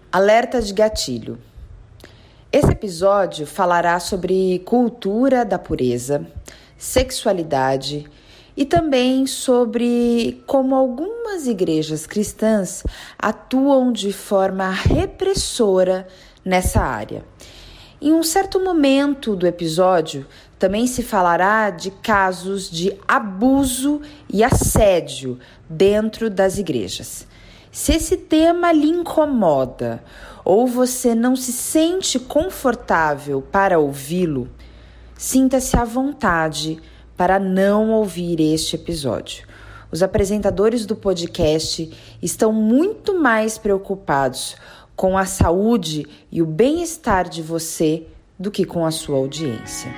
Alerta de gatilho. Esse episódio falará sobre cultura da pureza, sexualidade e também sobre como algumas igrejas cristãs atuam de forma repressora nessa área. Em um certo momento do episódio, também se falará de casos de abuso e assédio dentro das igrejas. Se esse tema lhe incomoda ou você não se sente confortável para ouvi-lo, sinta-se à vontade para não ouvir este episódio. Os apresentadores do podcast estão muito mais preocupados com a saúde e o bem-estar de você do que com a sua audiência.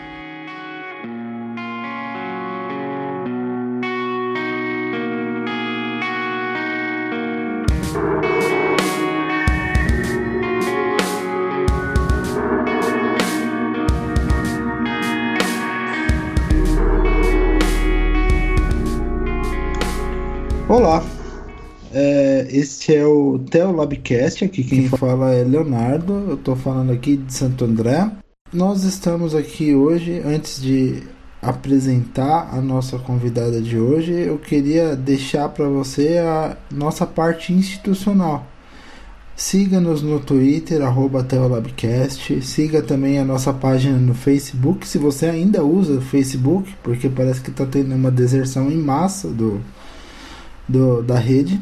Olá, este é o Teolabcast, aqui quem fala é Leonardo, eu estou falando aqui de Santo André. Nós estamos aqui hoje, antes de apresentar a nossa convidada de hoje, eu queria deixar para você a nossa parte institucional. Siga-nos no Twitter, @Teolabcast, siga também a nossa página no Facebook, se você ainda usa o Facebook, porque parece que está tendo uma deserção em massa da rede,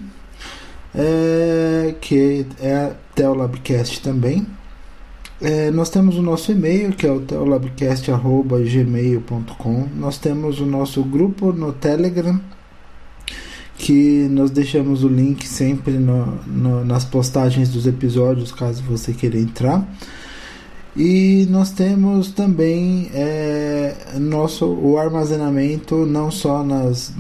que é Teolabcast também. Nós temos o nosso e-mail, que é o teolabcast@gmail.com. Nós temos o nosso grupo no Telegram, que nós deixamos o link sempre nas postagens dos episódios, caso você queira entrar. E nós temos também o armazenamento não só nos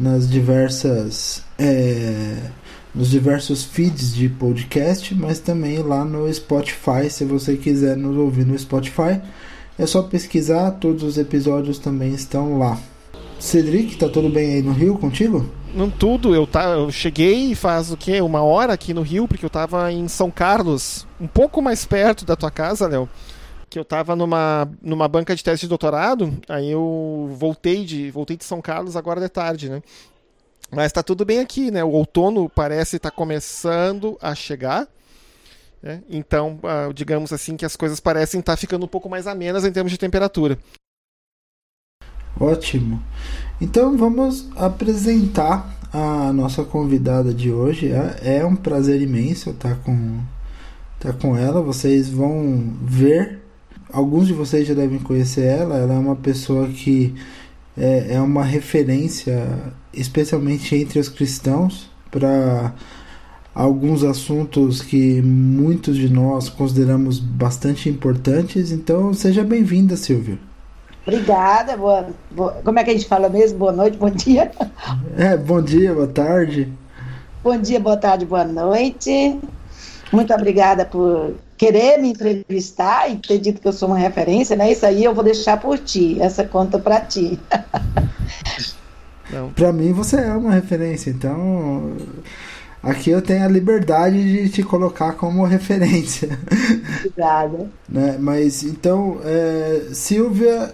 diversos feeds de podcast, mas também lá no Spotify. Se você quiser nos ouvir no Spotify, é só pesquisar, todos os episódios também estão lá. Cedric, tá tudo bem aí no Rio contigo? Não tudo, eu cheguei faz uma hora aqui no Rio, porque eu tava em São Carlos, um pouco mais perto da tua casa, Léo, que eu tava numa banca de teste de doutorado, aí eu voltei de São Carlos agora de tarde, né? Mas tá tudo bem aqui, né? O outono parece estar começando a chegar, né? Então, digamos assim, que as coisas parecem estar ficando um pouco mais amenas em termos de temperatura. Ótimo. Então vamos apresentar a nossa convidada de hoje. É um prazer imenso estar com ela. Vocês vão ver. Alguns de vocês já devem conhecer ela. Ela é uma pessoa que é uma referência, especialmente entre os cristãos, para alguns assuntos que muitos de nós consideramos bastante importantes. Então, seja bem-vinda, Silvia. Obrigada. Como é que a gente fala mesmo? Boa noite, bom dia? Bom dia, boa tarde. Bom dia, boa tarde, boa noite. Muito obrigada por querer me entrevistar e ter dito que eu sou uma referência, né? Isso aí eu vou deixar por ti, essa conta para ti. Para mim você é uma referência, então aqui eu tenho a liberdade de te colocar como referência. Obrigada. Né? Mas então, Silvia,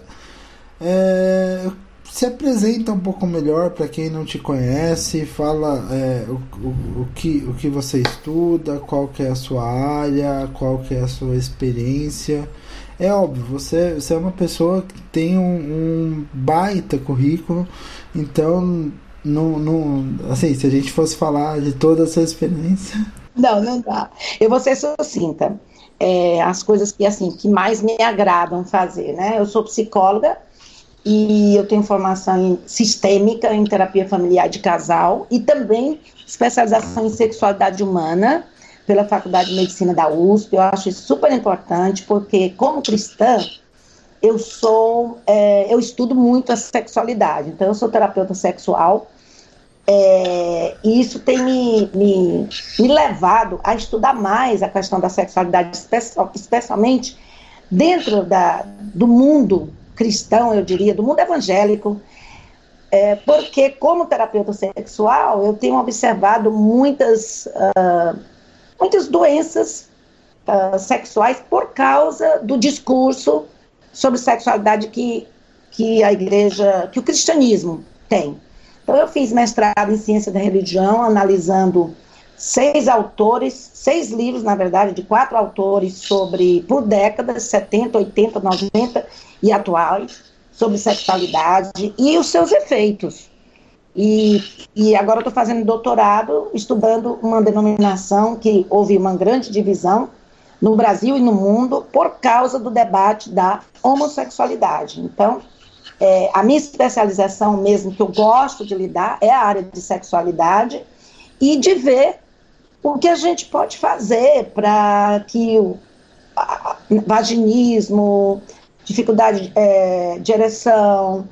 se apresenta um pouco melhor para quem não te conhece, fala o que você estuda, qual que é a sua área, qual que é a sua experiência. É óbvio, você é uma pessoa que tem um baita currículo, então não, assim, se a gente fosse falar de toda essa experiência... Não dá. Eu vou ser sucinta. As coisas que mais me agradam fazer, né? Eu sou psicóloga, e eu tenho formação sistêmica em terapia familiar de casal e também especialização em sexualidade humana pela Faculdade de Medicina da USP. Eu acho isso super importante porque, como cristã, eu estudo muito a sexualidade. Então, eu sou terapeuta sexual e isso tem me levado a estudar mais a questão da sexualidade, especialmente dentro do mundo cristão, eu diria, do mundo evangélico, porque como terapeuta sexual eu tenho observado muitas doenças sexuais por causa do discurso sobre sexualidade que a igreja, que o cristianismo tem. Então eu fiz mestrado em ciência da religião, analisando 6 livros, na verdade, de 4 autores por décadas, 70, 80, 90 e atuais, sobre sexualidade e os seus efeitos. E agora eu estou fazendo doutorado, estudando uma denominação que houve uma grande divisão no Brasil e no mundo por causa do debate da homossexualidade. Então, a minha especialização mesmo, que eu gosto de lidar, é a área de sexualidade e de ver o que a gente pode fazer para que o vaginismo, dificuldade de ereção,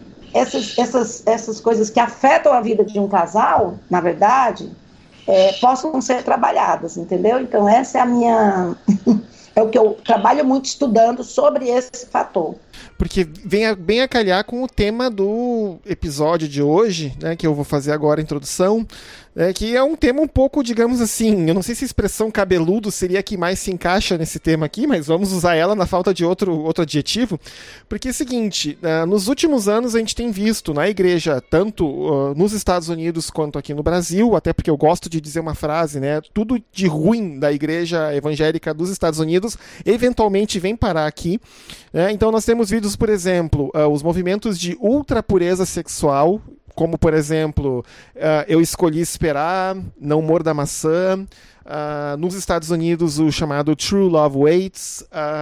essas coisas que afetam a vida de um casal, na verdade, possam ser trabalhadas, entendeu? Então essa é a minha... é o que eu trabalho muito estudando sobre esse fator. Porque vem bem a calhar com o tema do episódio de hoje, né, que eu vou fazer agora a introdução, que é um tema um pouco, digamos assim, eu não sei se a expressão cabeludo seria a que mais se encaixa nesse tema aqui, mas vamos usar ela na falta de outro adjetivo, porque é o seguinte, nos últimos anos a gente tem visto na igreja, tanto nos Estados Unidos quanto aqui no Brasil, até porque eu gosto de dizer uma frase, né, tudo de ruim da igreja evangélica dos Estados Unidos eventualmente vem parar aqui, né? Então nós temos vídeos, por exemplo, os movimentos de ultrapureza sexual, como, por exemplo, Eu Escolhi Esperar, Não Morda a Maçã, nos Estados Unidos o chamado True Love Waits,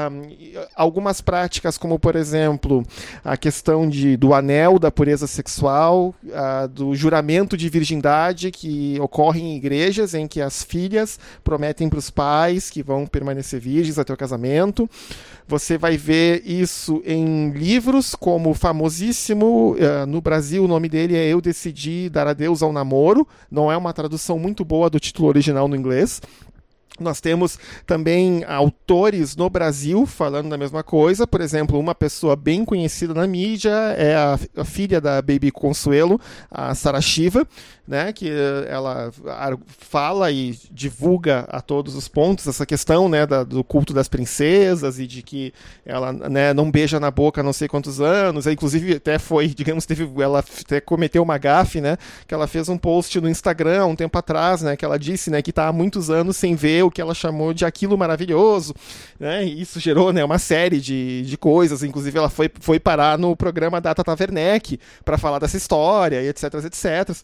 algumas práticas como, por exemplo, a questão do anel da pureza sexual, do juramento de virgindade que ocorre em igrejas em que as filhas prometem para os pais que vão permanecer virgens até o casamento. Você vai ver isso em livros como o famosíssimo, no Brasil o nome dele é Eu Decidi Dar Adeus ao Namoro, não é uma tradução muito boa do título original no inglês. Nós temos também autores no Brasil falando da mesma coisa. Por exemplo, uma pessoa bem conhecida na mídia é a filha da Baby Consuelo, a Sarah Shiva, né, que ela fala e divulga a todos os pontos essa questão, né, do culto das princesas e de que ela, né, não beija na boca há não sei quantos anos. Inclusive até foi, digamos, ela até cometeu uma gafe, né, que ela fez um post no Instagram um tempo atrás, né, que ela disse, né, que está há muitos anos sem ver o que ela chamou de aquilo maravilhoso, né? E isso gerou, né, uma série de coisas, inclusive ela foi parar no programa da Tata Werneck para falar dessa história, e etc, etc.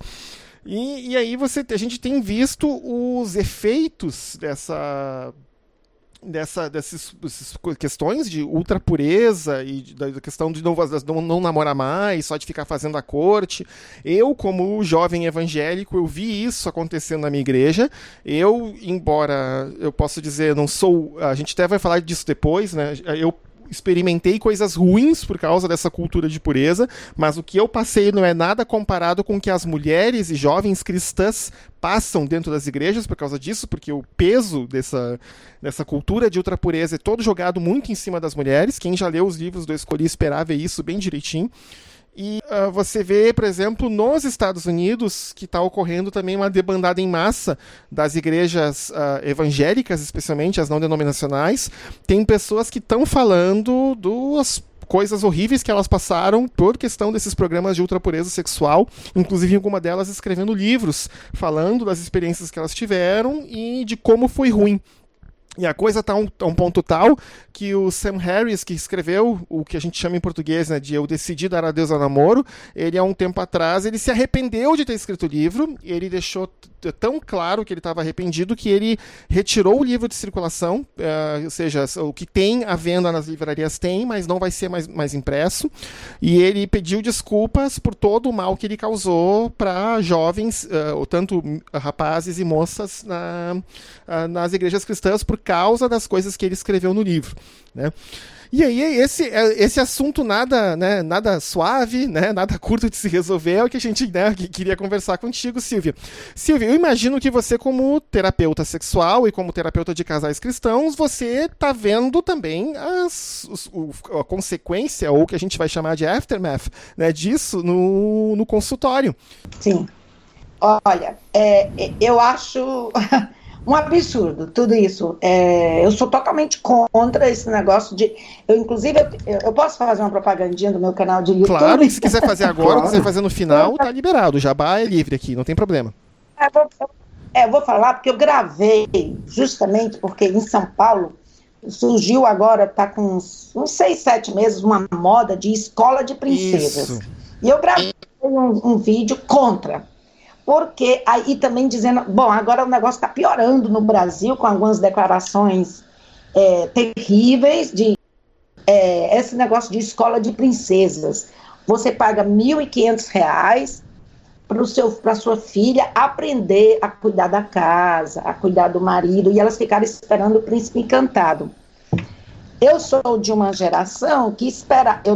E aí a gente tem visto os efeitos dessas questões de ultrapureza e da questão de não namorar mais, só de ficar fazendo a corte. Eu, como jovem evangélico, eu vi isso acontecendo na minha igreja. Embora eu possa dizer, não sou... A gente até vai falar disso depois, né? Eu experimentei coisas ruins por causa dessa cultura de pureza, mas o que eu passei não é nada comparado com o que as mulheres e jovens cristãs passam dentro das igrejas por causa disso, porque o peso dessa cultura de ultrapureza é todo jogado muito em cima das mulheres. Quem já leu os livros do Eu Escolhi Esperar vê isso bem direitinho. E você vê, por exemplo, nos Estados Unidos, que está ocorrendo também uma debandada em massa das igrejas evangélicas, especialmente as não denominacionais. Tem pessoas que estão falando das coisas horríveis que elas passaram por questão desses programas de ultrapureza sexual, inclusive alguma delas escrevendo livros falando das experiências que elas tiveram e de como foi ruim. E a coisa está a um ponto tal que o Sam Harris, que escreveu o que a gente chama em português, né, de Eu Decidi Dar Adeus ao Namoro, ele há um tempo atrás, ele se arrependeu de ter escrito o livro, ele deixou tão claro que ele estava arrependido que ele retirou o livro de circulação, ou seja, o que tem à venda nas livrarias tem, mas não vai ser mais impresso, e ele pediu desculpas por todo o mal que ele causou para jovens, tanto rapazes e moças nas igrejas cristãs, por causa das coisas que ele escreveu no livro, né? E aí esse assunto nada suave, né, nada curto de se resolver, é o que a gente, né, queria conversar contigo, Silvia. Silvia, eu imagino que você, como terapeuta sexual e como terapeuta de casais cristãos, você está vendo também a consequência, ou o que a gente vai chamar de aftermath, né, disso no consultório. Sim. Olha, eu acho Um absurdo, tudo isso. Eu sou totalmente contra esse negócio de... Eu posso fazer uma propagandinha do meu canal de YouTube? Claro, se quiser fazer agora, ou quiser fazer no final, tá liberado. O jabá é livre aqui, não tem problema. Eu vou falar porque eu gravei, justamente porque em São Paulo surgiu agora, tá com uns 6, 7 meses, uma moda de escola de princesas. Isso. E eu gravei um vídeo contra. Porque aí também dizendo, bom, agora o negócio está piorando no Brasil, com algumas declarações terríveis de esse negócio de escola de princesas. Você paga R$ 1.500 para sua filha aprender a cuidar da casa, a cuidar do marido, e elas ficaram esperando o príncipe encantado. Eu sou de uma geração que espera, eu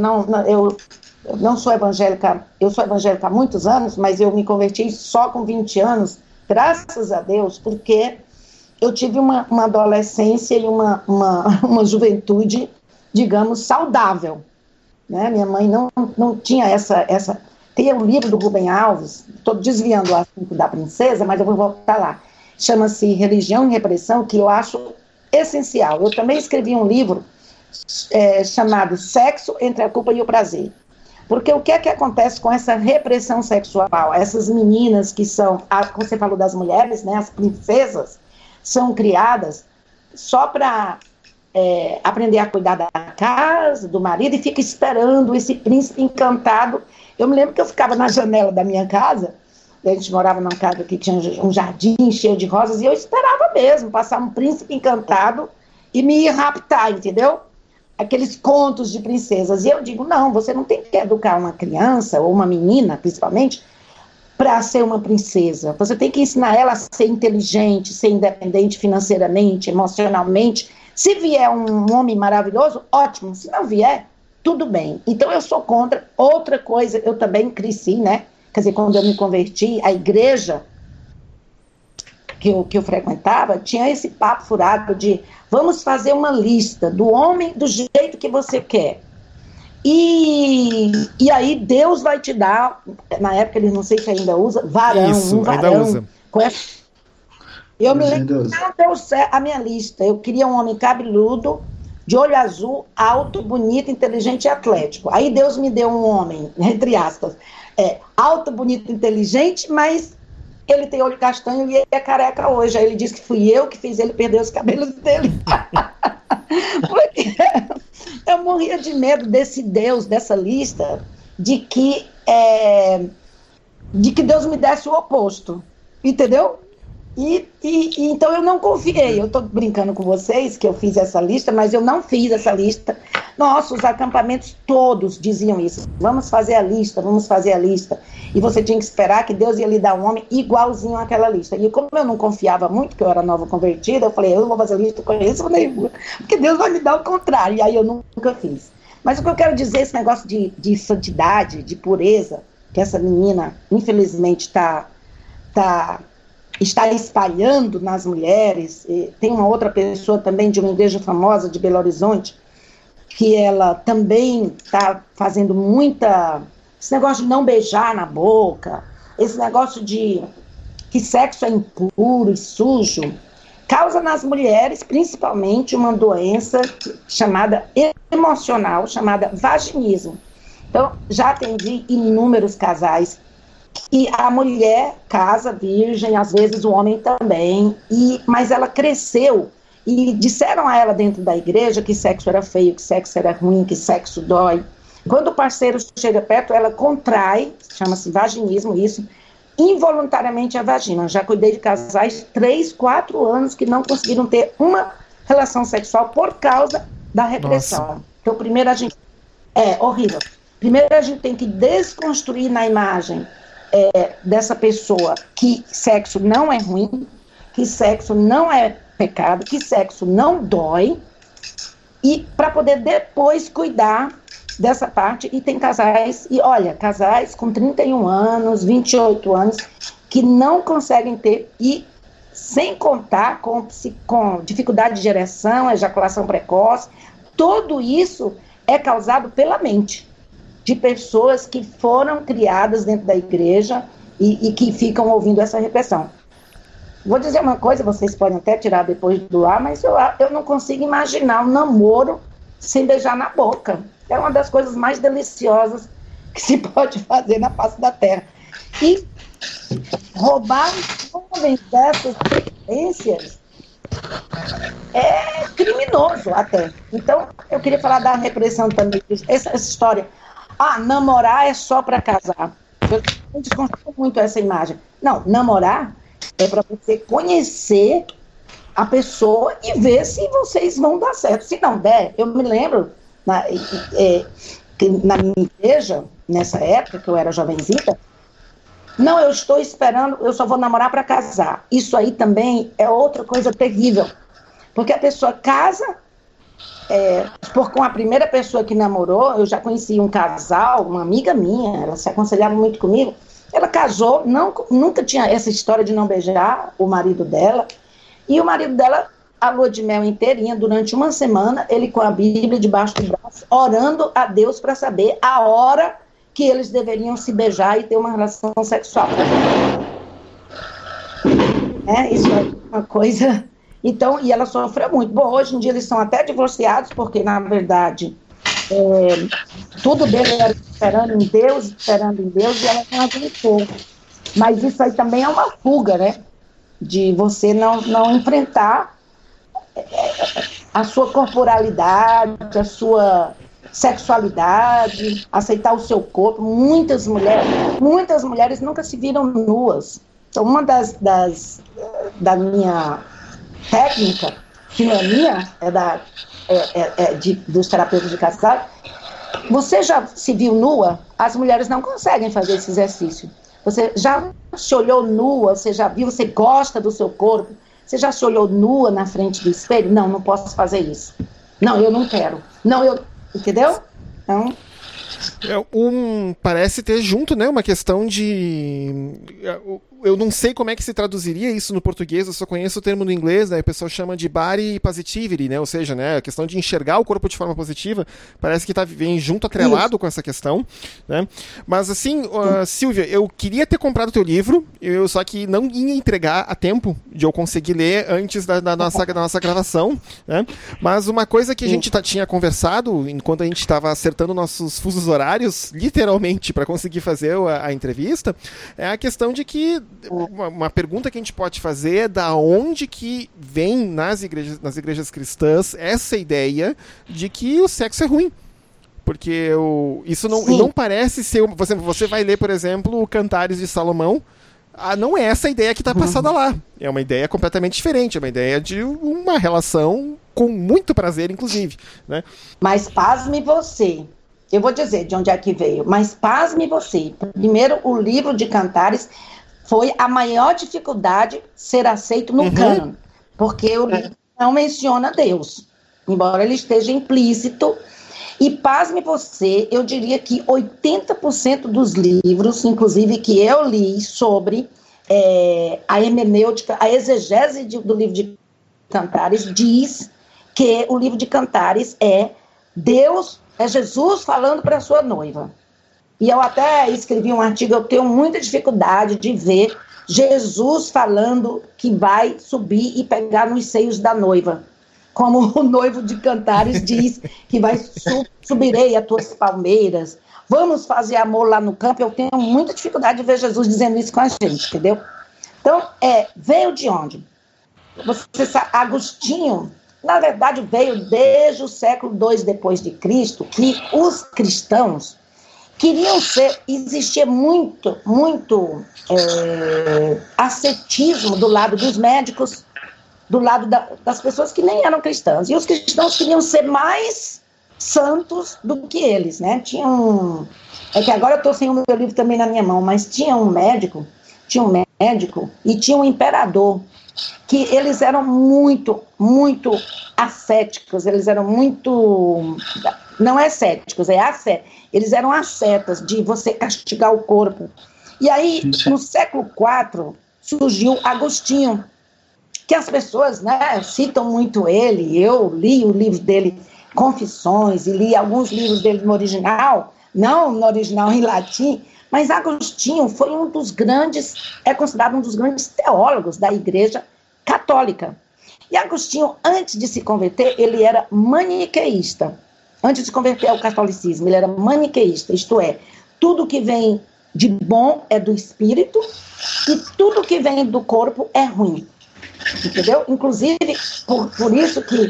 não sou evangélica, eu sou evangélica há muitos anos, mas eu me converti só com 20 anos, graças a Deus, porque eu tive uma adolescência e uma juventude, digamos, saudável. Né? Minha mãe não tinha essa... Tem um livro do Rubem Alves, estou desviando o assunto da princesa, mas eu vou voltar lá. Chama-se Religião e Repressão, que eu acho essencial. Eu também escrevi um livro chamado Sexo entre a Culpa e o Prazer. Porque o que é que acontece com essa repressão sexual? Essas meninas que são, como você falou das mulheres, né, as princesas, são criadas só para aprender a cuidar da casa, do marido, e fica esperando esse príncipe encantado. Eu me lembro que eu ficava na janela da minha casa, a gente morava numa casa que tinha um jardim cheio de rosas, e eu esperava mesmo passar um príncipe encantado e me raptar, entendeu? Aqueles contos de princesas. E eu digo, não, você não tem que educar uma criança, ou uma menina, principalmente, para ser uma princesa. Você tem que ensinar ela a ser inteligente, ser independente financeiramente, emocionalmente. Se vier um homem maravilhoso, ótimo. Se não vier, tudo bem. Então eu sou contra. Outra coisa, eu também cresci, né? Quer dizer, quando eu me converti, a igreja que eu frequentava, tinha esse papo furado de vamos fazer uma lista do homem do jeito que você quer. E aí Deus vai te dar, na época eles não sei se ainda usa, varão, isso, um varão. ainda usa. Eu me lembro que não deu certo a minha lista. Eu queria um homem cabeludo, de olho azul, alto, bonito, inteligente e atlético. Aí Deus me deu um homem, entre aspas, alto, bonito, inteligente, mas ele tem olho castanho e ele é careca hoje. Aí ele disse que fui eu que fiz ele perder os cabelos dele. Porque eu morria de medo desse Deus, dessa lista, de que Deus me desse o oposto. Entendeu? E então eu não confiei. Eu estou brincando com vocês que eu fiz essa lista, mas eu não fiz essa lista. Nossa, os acampamentos todos diziam isso. Vamos fazer a lista, vamos fazer a lista. E você tinha que esperar que Deus ia lhe dar um homem igualzinho àquela lista. E como eu não confiava muito, porque eu era nova convertida, eu falei, eu não vou fazer lista com isso, porque Deus vai me dar o contrário. E aí eu nunca fiz. Mas o que eu quero dizer, esse negócio de santidade, de pureza, que essa menina, infelizmente, está espalhando nas mulheres. E tem uma outra pessoa também de uma igreja famosa de Belo Horizonte, que ela também está fazendo esse negócio de não beijar na boca, esse negócio de que sexo é impuro e sujo, causa nas mulheres, principalmente, uma doença emocional, chamada vaginismo. Então, já atendi inúmeros casais e a mulher casa virgem, às vezes o homem também, mas ela cresceu e disseram a ela dentro da igreja que sexo era feio, que sexo era ruim, que sexo dói. Quando o parceiro chega perto, ela contrai, chama-se vaginismo isso, involuntariamente a vagina. Já cuidei de casais 3, 4 anos que não conseguiram ter uma relação sexual por causa da repressão. Nossa. Então, primeiro a gente... É horrível. Primeiro a gente tem que desconstruir na imagem dessa pessoa que sexo não é ruim, que sexo não é pecado, que sexo não dói, e para poder depois cuidar dessa parte. E tem casais, casais com 31 anos, 28 anos, que não conseguem ter, e sem contar com dificuldade de ereção, ejaculação precoce. Tudo isso é causado pela mente de pessoas que foram criadas dentro da igreja e que ficam ouvindo essa repressão. Vou dizer uma coisa, vocês podem até tirar depois do ar, mas eu não consigo imaginar um namoro sem beijar na boca. É uma das coisas mais deliciosas que se pode fazer na face da terra. E roubar jovens dessas preferências é criminoso até. Então, eu queria falar da repressão também. Essa história, namorar é só para casar. Eu desconstruo muito essa imagem. Não, namorar é para você conhecer a pessoa e ver se vocês vão dar certo. Se não der, eu me lembro que na minha igreja, nessa época que eu era jovenzinha, não, eu estou esperando, eu só vou namorar para casar. Isso aí também é outra coisa terrível, porque a pessoa casa, com a primeira pessoa que namorou, eu já conheci um casal, uma amiga minha, ela se aconselhava muito comigo, ela casou, nunca tinha essa história de não beijar o marido dela, e o marido dela, a lua de mel inteirinha, durante uma semana, ele com a Bíblia debaixo do braço, orando a Deus para saber a hora que eles deveriam se beijar e ter uma relação sexual. Isso é uma coisa... Então, e ela sofreu muito. Bom, hoje em dia eles são até divorciados, porque, na verdade, tudo dele era esperando em Deus, e ela não aguentou. Mas isso aí também é uma fuga, né? De você não enfrentar a sua corporalidade, a sua sexualidade, aceitar o seu corpo. Muitas mulheres nunca se viram nuas. Então, uma da minha técnica, que não é minha, dos terapeutas de casal, você já se viu nua? As mulheres não conseguem fazer esse exercício. Você já se olhou nua? Você já viu? Você gosta do seu corpo? Você já se olhou nua na frente do espelho? Não posso fazer isso. Não, eu não quero. Entendeu? Então... parece ter junto, né, uma questão de... Eu não sei como é que se traduziria isso no português, eu só conheço o termo no inglês, né, o pessoal chama de body positivity, né, ou seja, né, a questão de enxergar o corpo de forma positiva, parece que vem junto, atrelado com essa questão, né, mas assim, Silvia, eu queria ter comprado o teu livro, só que não ia entregar a tempo de eu conseguir ler antes da nossa gravação, né, mas uma coisa que a gente tinha conversado, enquanto a gente estava acertando nossos fusos horários, literalmente, para conseguir fazer a entrevista, é a questão de que uma pergunta que a gente pode fazer é da onde que vem nas igrejas cristãs essa ideia de que o sexo é ruim. Porque isso não parece ser... Você vai ler, por exemplo, o Cantares de Salomão, não é essa a ideia que está passada lá. É uma ideia completamente diferente, é uma ideia de uma relação com muito prazer, inclusive, né? Mas pasme você. Eu vou dizer de onde é que veio, mas pasme você. Primeiro, o livro de Cantares foi a maior dificuldade ser aceito no cânon, porque o livro não menciona Deus, embora ele esteja implícito. E pasme você, eu diria que 80% dos livros, inclusive que eu li sobre a hermenêutica, a exegese do livro de Cantares, diz que o livro de Cantares é Jesus falando para a sua noiva. E eu até escrevi um artigo, eu tenho muita dificuldade de ver Jesus falando que vai subir e pegar nos seios da noiva. Como o noivo de Cantares diz que subirei as tuas palmeiras, vamos fazer amor lá no campo. Eu tenho muita dificuldade de ver Jesus dizendo isso com a gente, entendeu? Então, veio de onde? Você sabe, Agostinho, na verdade, veio desde o século II depois de Cristo, que os cristãos queriam existia muito ascetismo do lado dos médicos, do lado das pessoas que nem eram cristãs. E os cristãos queriam ser mais santos do que eles, né? É que agora eu estou sem o meu livro também na minha mão, mas tinha um médico e tinha um imperador, que eles eram muito ascéticos, eles eram muito... Não é céticos, é ascéticos. Eles eram ascetas de você castigar o corpo. E aí, no século IV, surgiu Agostinho, que as pessoas, né, citam muito ele. Eu li o livro dele, Confissões, e li alguns livros dele no original, não no original em latim, Mas Agostinho foi é considerado um dos grandes teólogos da Igreja Católica. E Agostinho, antes de se converter, ele era maniqueísta. Antes de se converter ao catolicismo, ele era maniqueísta, isto é, tudo que vem de bom é do espírito e tudo que vem do corpo é ruim. Entendeu? Inclusive, por isso que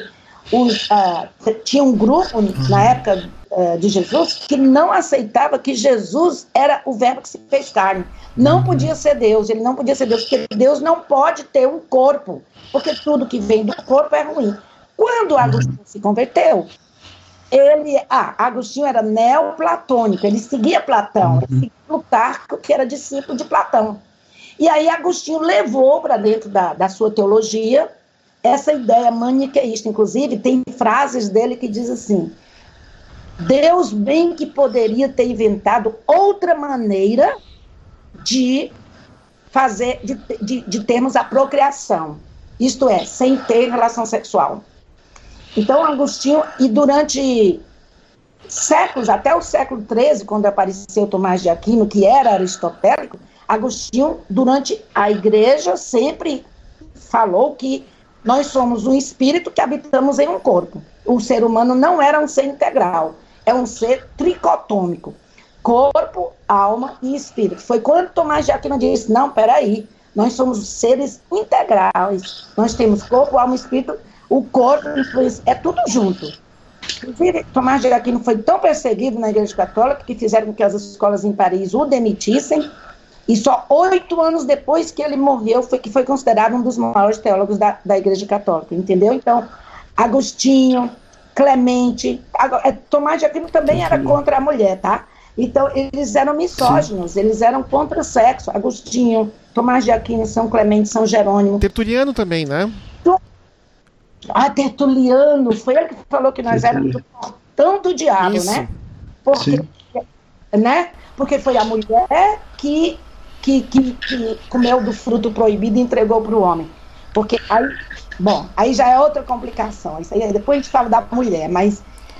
tinha um grupo na época de Jesus que não aceitava que Jesus era o verbo que se fez carne. Não podia ser Deus, ele não podia ser Deus, porque Deus não pode ter um corpo, porque tudo que vem do corpo é ruim. Quando Agostinho se converteu, Agostinho era neoplatônico, ele seguia Platão, ele seguia Plutarco, que era discípulo de Platão. E aí Agostinho levou para dentro da sua teologia essa ideia maniqueísta. Inclusive, tem frases dele que diz assim: Deus bem que poderia ter inventado outra maneira de fazer, de termos a procriação. Isto é, sem ter relação sexual. Então, Agostinho, e durante séculos, até o século XIII, quando apareceu Tomás de Aquino, que era aristotélico, Agostinho, durante a igreja, sempre falou que nós somos um espírito que habitamos em um corpo. O ser humano não era um ser integral, é um ser tricotômico. Corpo, alma e espírito. Foi quando Tomás de Aquino disse, não, peraí, nós somos seres integrais. Nós temos corpo, alma e espírito, o corpo é tudo junto. Inclusive, Tomás de Aquino foi tão perseguido na Igreja Católica que fizeram com que as escolas em Paris o demitissem, e só 8 anos depois que ele morreu foi considerado um dos maiores teólogos da Igreja Católica, entendeu? Então, Agostinho, Clemente, Tomás de Aquino também era contra a mulher, tá? Então, eles eram misóginos, eles eram contra o sexo. Agostinho, Tomás de Aquino, São Clemente, São Jerônimo. Tertuliano também, né? Tertuliano, foi ele que falou que nós éramos do portão do diabo, Isso. né? Porque foi a mulher que comeu do fruto proibido e entregou para o homem. Porque aí já é outra complicação. Isso aí, depois a gente fala da mulher, mas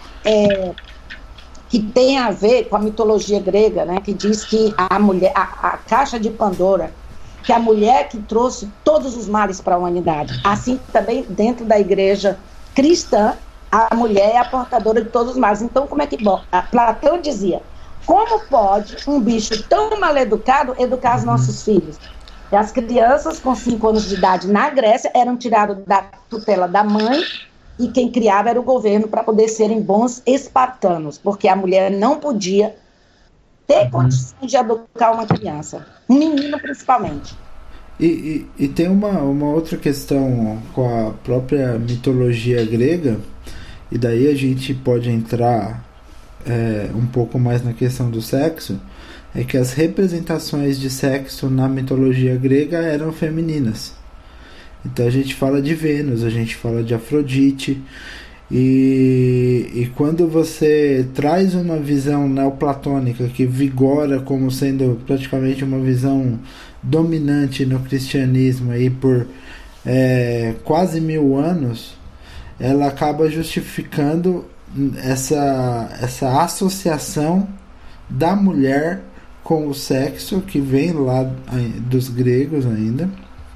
que tem a ver com a mitologia grega, né? Que diz que a mulher, a caixa de Pandora, que a mulher que trouxe todos os males para a humanidade. Assim também dentro da igreja cristã, a mulher é a portadora de todos os males. Então, como é que Platão dizia, como pode um bicho tão mal educado educar os nossos filhos? E as crianças com 5 anos de idade na Grécia eram tiradas da tutela da mãe e quem criava era o governo para poder serem bons espartanos, porque a mulher não podia ter condições de educar uma criança, um menino principalmente. E tem uma outra questão com a própria mitologia grega, e daí a gente pode entrar um pouco mais na questão do sexo, é que as representações de sexo na mitologia grega eram femininas. Então a gente fala de Vênus, a gente fala de Afrodite, e quando você traz uma visão neoplatônica que vigora como sendo praticamente uma visão dominante no cristianismo aí por quase 1000 anos, ela acaba justificando essa associação da mulher com o sexo que vem lá dos gregos ainda,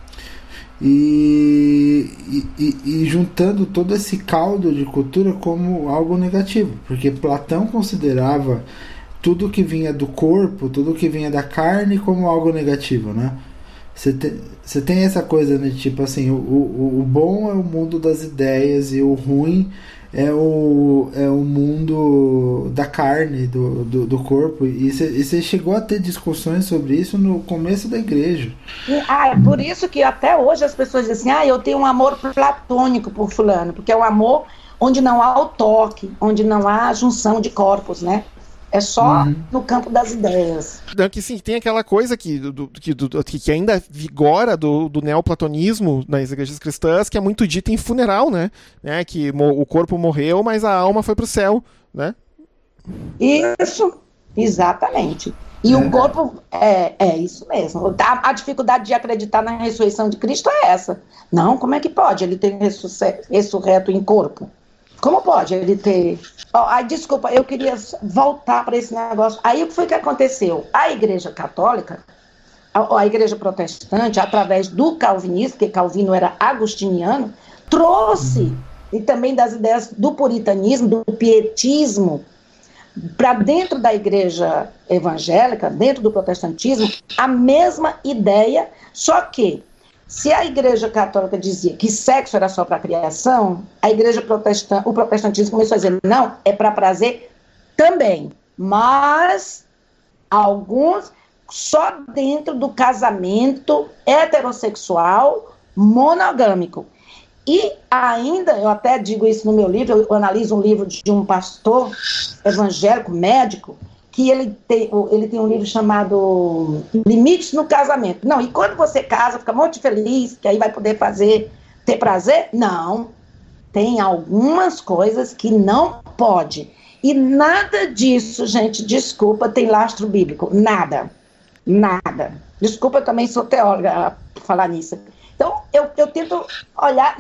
e juntando todo esse caldo de cultura como algo negativo, porque Platão considerava tudo que vinha do corpo, tudo que vinha da carne como algo negativo, né? Você tem essa coisa, né, tipo assim, o bom é o mundo das ideias e o ruim é o mundo da carne, do corpo. E você chegou a ter discussões sobre isso no começo da igreja. É por isso que até hoje as pessoas dizem assim, eu tenho um amor platônico por fulano, porque é um amor onde não há o toque, onde não há a junção de corpos, né? É só no campo das ideias. Que sim, tem aquela coisa que ainda vigora do neoplatonismo nas igrejas cristãs, que é muito dito em funeral, né? Que o corpo morreu, mas a alma foi pro céu, né? Isso, exatamente. E o corpo, é isso mesmo. A dificuldade de acreditar na ressurreição de Cristo é essa. Não, como é que pode? Ele ter ressurreto em corpo. Como pode ele ter... desculpa, eu queria voltar para esse negócio. Aí o que foi que aconteceu? A Igreja Católica, a Igreja Protestante, através do calvinismo, porque Calvino era agostiniano, trouxe, e também das ideias do puritanismo, do pietismo, para dentro da Igreja evangélica, dentro do protestantismo, a mesma ideia, só que se a Igreja Católica dizia que sexo era só para criação, a Igreja o protestantismo começou a dizer, não, é para prazer também, mas alguns só dentro do casamento heterossexual monogâmico. E ainda, eu até digo isso no meu livro, eu analiso um livro de um pastor evangélico, médico, que ele tem um livro chamado Limites no Casamento. Não, e quando você casa, fica muito feliz, que aí vai poder ter prazer? Não. Tem algumas coisas que não pode. E nada disso, gente, desculpa, tem lastro bíblico. Nada. Nada. Desculpa, eu também sou teóloga a falar nisso. Então, eu tento olhar,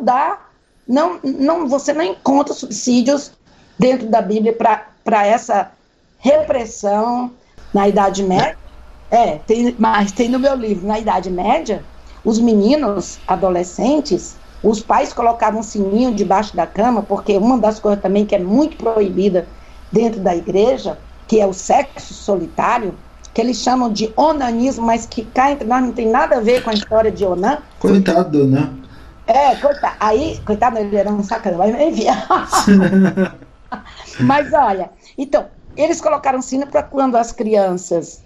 você não encontra subsídios dentro da Bíblia para essa repressão na Idade Média. Mas tem no meu livro, na Idade Média, os meninos, adolescentes, os pais colocavam um sininho debaixo da cama, porque uma das coisas também que é muito proibida dentro da igreja, que é o sexo solitário, que eles chamam de onanismo, mas que cá entre nós não tem nada a ver com a história de Onã. Coitado, né? Coitado. Aí, coitado, ele era um sacana, mas enfim. Mas olha, então, eles colocaram sino para quando as crianças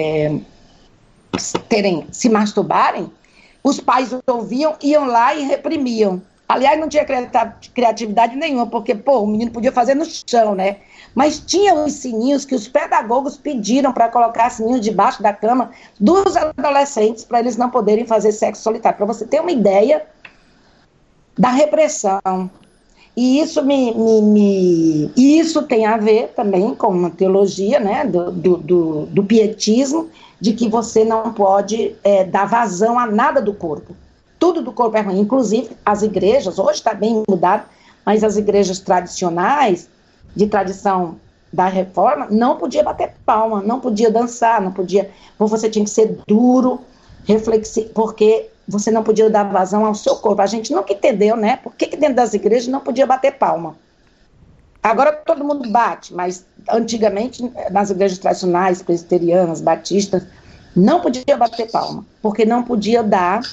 se masturbarem, os pais ouviam, iam lá e reprimiam. Aliás, não tinha criatividade nenhuma, porque, o menino podia fazer no chão, né? Mas tinha os sininhos que os pedagogos pediram para colocar sininhos debaixo da cama dos adolescentes para eles não poderem fazer sexo solitário. Para você ter uma ideia da repressão. E isso isso tem a ver também com uma teologia, né, do pietismo, de que você não pode dar vazão a nada do corpo. Tudo do corpo é ruim. Inclusive, as igrejas, hoje está bem mudado, mas as igrejas tradicionais, de tradição da reforma, não podia bater palma, não podia dançar, não podia... Você tinha que ser duro, reflexivo, porque você não podia dar vazão ao seu corpo. A gente nunca entendeu, né? Por que dentro das igrejas não podia bater palma? Agora todo mundo bate, mas antigamente, nas igrejas tradicionais, presbiterianas, batistas, não podia bater palma, porque não podia dar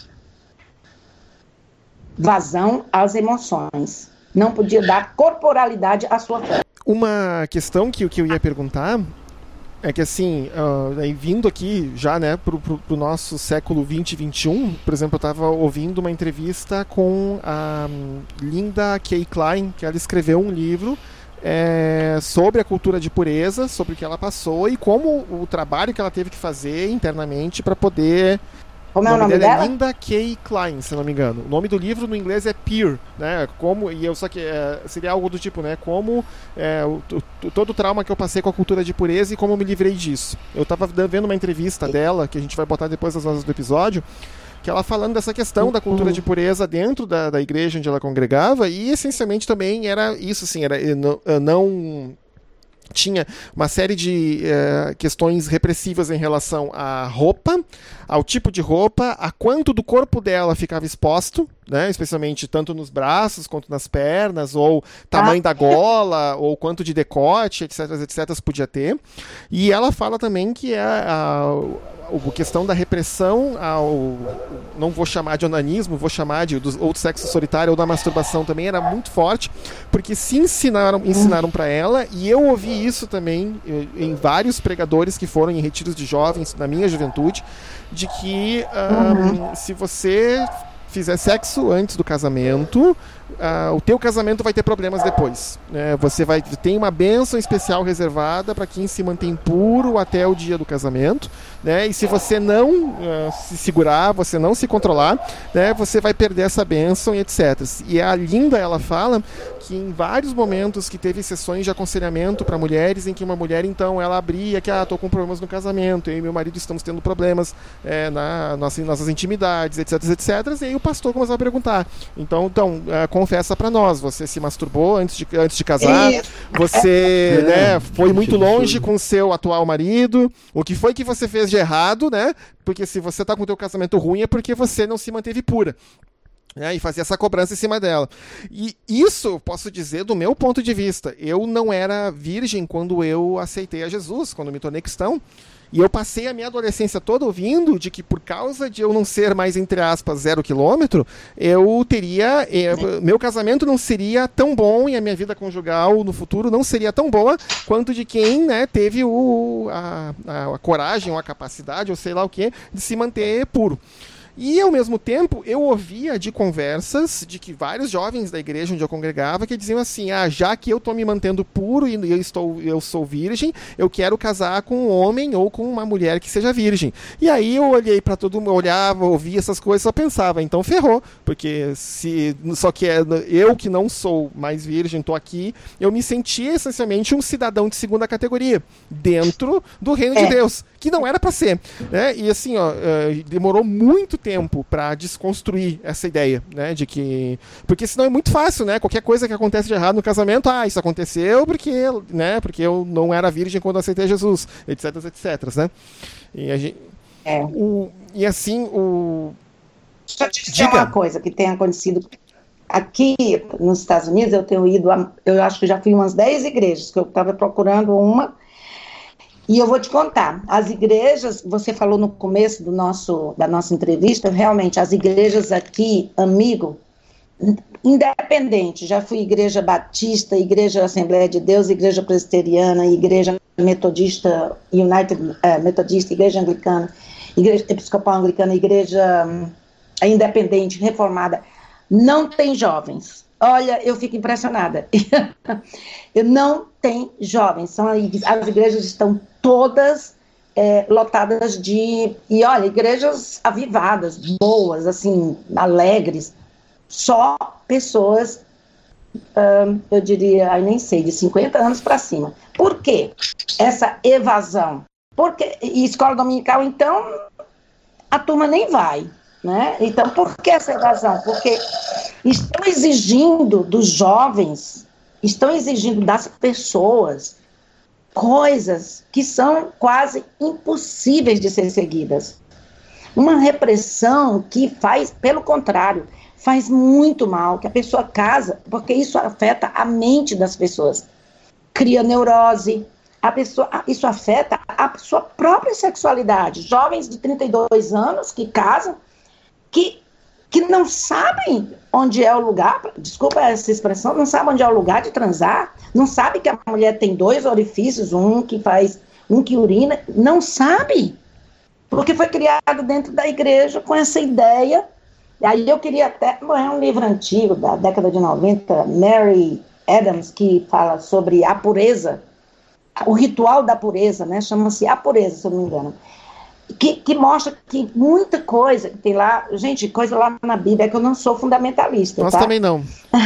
vazão às emoções. Não podia dar corporalidade à sua fé. Uma questão que eu ia perguntar é que, assim, vindo aqui já, né, pro nosso século 20 e 21, por exemplo, eu estava ouvindo uma entrevista com a Linda K. Klein, que ela escreveu um livro sobre a cultura de pureza, sobre o que ela passou e como o trabalho que ela teve que fazer internamente para poder... Como é o nome dela? É Linda K. Klein, se não me engano. O nome do livro no inglês é Peer, né? Seria algo do tipo, né? Como todo o trauma que eu passei com a cultura de pureza e como eu me livrei disso. Eu estava vendo uma entrevista dela, que a gente vai botar depois das notas do episódio, que ela falando dessa questão da cultura de pureza dentro da igreja onde ela congregava, e essencialmente também era isso, assim, não tinha uma série de questões repressivas em relação à roupa, ao tipo de roupa, a quanto do corpo dela ficava exposto, né, especialmente tanto nos braços quanto nas pernas, ou tamanho da gola, ou quanto de decote, etc, podia ter. E ela fala também que a questão da repressão não vou chamar de onanismo, vou chamar ou do sexo solitário ou da masturbação também era muito forte, porque se ensinaram para ela, e eu ouvi isso também em vários pregadores que foram em retiros de jovens na minha juventude, de que se você fizer sexo antes do casamento, o teu casamento vai ter problemas depois. Você tem uma bênção especial reservada para quem se mantém puro até o dia do casamento, né? E se você não se segurar, você não se controlar, né, você vai perder essa bênção e etc. E a Linda, ela fala que em vários momentos que teve sessões de aconselhamento para mulheres, em que uma mulher, então, ela abria que estou com problemas no casamento, eu e meu marido estamos tendo problemas nas nossas intimidades, etc, etc. E aí o pastor começava a perguntar, então confessa para nós, você se masturbou antes de casar, você né, foi muito longe com seu atual marido, o que foi que você fez de errado, né? Porque se você tá com o teu casamento ruim é porque você não se manteve pura. E fazer essa cobrança em cima dela. E isso, posso dizer, do meu ponto de vista, eu não era virgem quando eu aceitei a Jesus, quando me tornei cristão. E eu passei a minha adolescência toda ouvindo de que por causa de eu não ser mais, entre aspas, 0 quilômetro, eu teria... meu casamento não seria tão bom e a minha vida conjugal no futuro não seria tão boa quanto de quem, né, teve a coragem ou a capacidade, ou sei lá o que, de se manter puro. E, ao mesmo tempo, eu ouvia de conversas de que vários jovens da igreja onde eu congregava que diziam assim, já que eu estou me mantendo puro e eu sou virgem, eu quero casar com um homem ou com uma mulher que seja virgem. E aí eu olhei para todo mundo, olhava, ouvia essas coisas, só pensava, então ferrou, porque só que eu que não sou mais virgem, estou aqui, eu me sentia essencialmente um cidadão de segunda categoria, dentro do reino de Deus, que não era para ser, né? E assim, demorou muito tempo para desconstruir essa ideia, né, de que... Porque senão é muito fácil, né, qualquer coisa que acontece de errado no casamento, isso aconteceu porque eu não era virgem quando aceitei Jesus, etc, né? E a gente... E assim, Deixa eu te dizer uma coisa que tem acontecido aqui nos Estados Unidos, eu tenho ido, eu acho que já fui umas 10 igrejas, que eu estava procurando uma. E eu vou te contar, as igrejas, você falou no começo da nossa entrevista, realmente, as igrejas aqui, amigo, independente, já fui igreja batista, igreja Assembleia de Deus, igreja presbiteriana, igreja metodista, metodista, igreja anglicana, igreja episcopal anglicana, igreja independente, reformada, não tem jovens. Olha, eu fico impressionada. Eu não tenho jovens. As igrejas estão todas lotadas de... E olha, igrejas avivadas, boas, assim, alegres. Só pessoas, eu diria, nem sei, de 50 anos para cima. Por quê? Essa evasão. E escola dominical, então, a turma nem vai. Né? Então, por que essa evasão? Porque estão exigindo dos jovens, estão exigindo das pessoas coisas que são quase impossíveis de ser seguidas. Uma repressão que faz, pelo contrário, faz muito mal, que a pessoa casa, porque isso afeta a mente das pessoas. Cria neurose, isso afeta a sua própria sexualidade. Jovens de 32 anos que casam, que não sabem onde é o lugar, desculpa essa expressão, não sabem onde é o lugar de transar, não sabe que a mulher tem 2 orifícios, um que urina, não sabe, porque foi criado dentro da igreja com essa ideia. E aí eu queria até, é um livro antigo, da década de 90, Mary Adams, que fala sobre a pureza, o ritual da pureza, né, chama-se A Pureza, se eu não me engano. Que mostra que muita coisa que tem lá, gente, coisa lá na Bíblia, é que eu não sou fundamentalista. Nós tá? também não.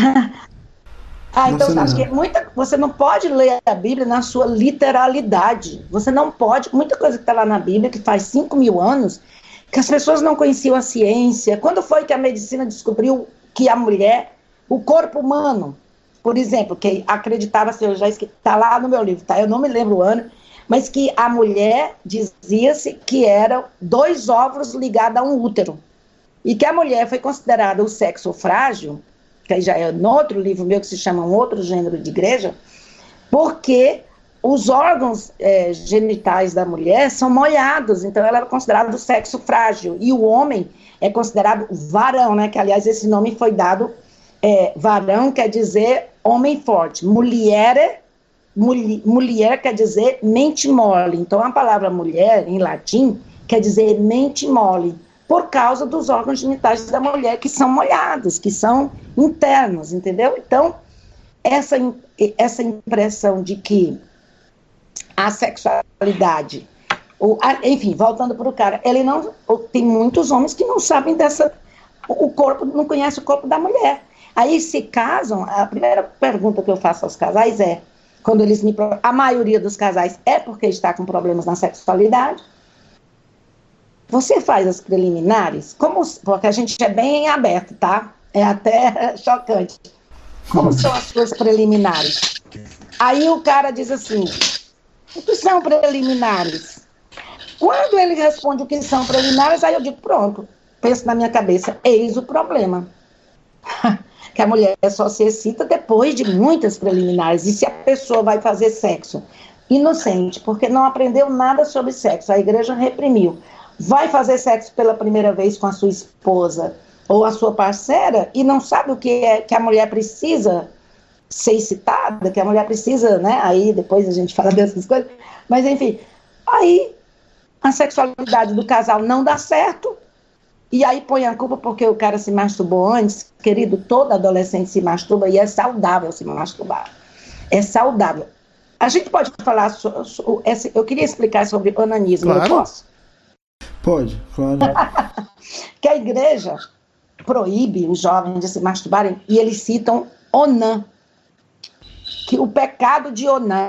Então acho que você não pode ler a Bíblia na sua literalidade. Você não pode, muita coisa que está lá na Bíblia, que faz 5.000 anos, que as pessoas não conheciam a ciência. Quando foi que a medicina descobriu que a mulher, o corpo humano, por exemplo, que acreditava-se, eu já está lá no meu livro, tá? Eu não me lembro o ano, mas que a mulher dizia-se que eram 2 óvulos ligados a um útero. E que a mulher foi considerada o sexo frágil, que aí já é no outro livro meu que se chama Um Outro Gênero de Igreja, porque os órgãos genitais da mulher são molhados, então ela era considerada o sexo frágil. E o homem é considerado varão, né? Que aliás esse nome foi dado, varão quer dizer homem forte, mulher quer dizer mente mole. Então a palavra mulher em latim quer dizer mente mole, por causa dos órgãos genitais da mulher que são molhados, que são internos, entendeu? Então essa impressão de que a sexualidade, enfim, voltando para o cara, ele não, tem muitos homens que não sabem o corpo, não conhecem o corpo da mulher. Aí se casam, a primeira pergunta que eu faço aos casais é, quando eles a maioria dos casais é porque está com problemas na sexualidade. Você faz as preliminares? Porque a gente é bem aberto, tá? É até chocante. Como são as suas preliminares? Aí o cara diz assim, o que são preliminares? Quando ele responde o que são preliminares, aí eu digo, pronto, penso na minha cabeça, eis o problema. Que a mulher só se excita depois de muitas preliminares. E se a pessoa vai fazer sexo inocente, porque não aprendeu nada sobre sexo, a igreja reprimiu, vai fazer sexo pela primeira vez com a sua esposa ou a sua parceira e não sabe o que é que a mulher precisa ser excitada, que a mulher precisa, né? Aí depois a gente fala dessas coisas, mas enfim, aí a sexualidade do casal não dá certo, e aí põe a culpa porque o cara se masturbou antes. Querido, todo adolescente se masturba e é saudável se masturbar. É saudável. A gente pode falar, eu queria explicar sobre onanismo, claro. Eu posso? Pode, claro. Que a igreja proíbe os jovens de se masturbarem e eles citam Onã, que o pecado de Onã,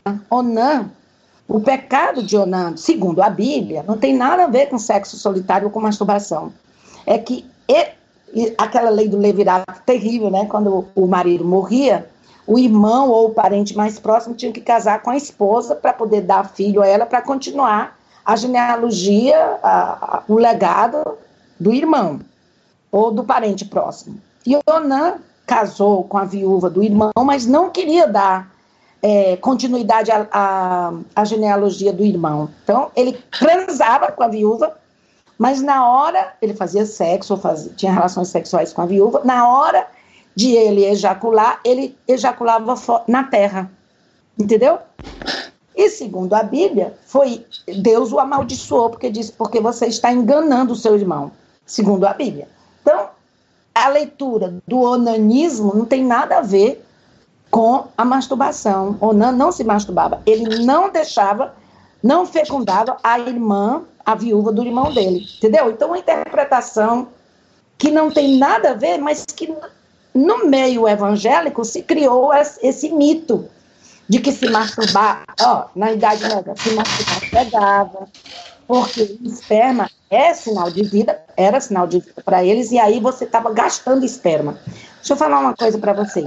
o pecado de Onã, segundo a Bíblia, não tem nada a ver com sexo solitário ou com masturbação. É que aquela lei do levirato terrível, né? Quando o marido morria, o irmão ou o parente mais próximo tinha que casar com a esposa para poder dar filho a ela, para continuar a genealogia, o legado do irmão ou do parente próximo. E Onã casou com a viúva do irmão, mas não queria dar continuidade à genealogia do irmão. Então, ele transava com a viúva, mas na hora, ele fazia sexo, tinha relações sexuais com a viúva, na hora de ele ejacular, ele ejaculava na terra, entendeu? E segundo a Bíblia, Deus o amaldiçoou, porque disse, porque você está enganando o seu irmão, segundo a Bíblia. Então, a leitura do onanismo não tem nada a ver com a masturbação. Onã não se masturbava, ele não deixava, não fecundava a irmã, a viúva do irmão dele, entendeu? Então, uma interpretação que não tem nada a ver, mas que no meio evangélico se criou esse mito de que se masturbar, na Idade Média, se masturbar pegava, porque o esperma era sinal de vida para eles, e aí você estava gastando esperma. Deixa eu falar uma coisa para vocês.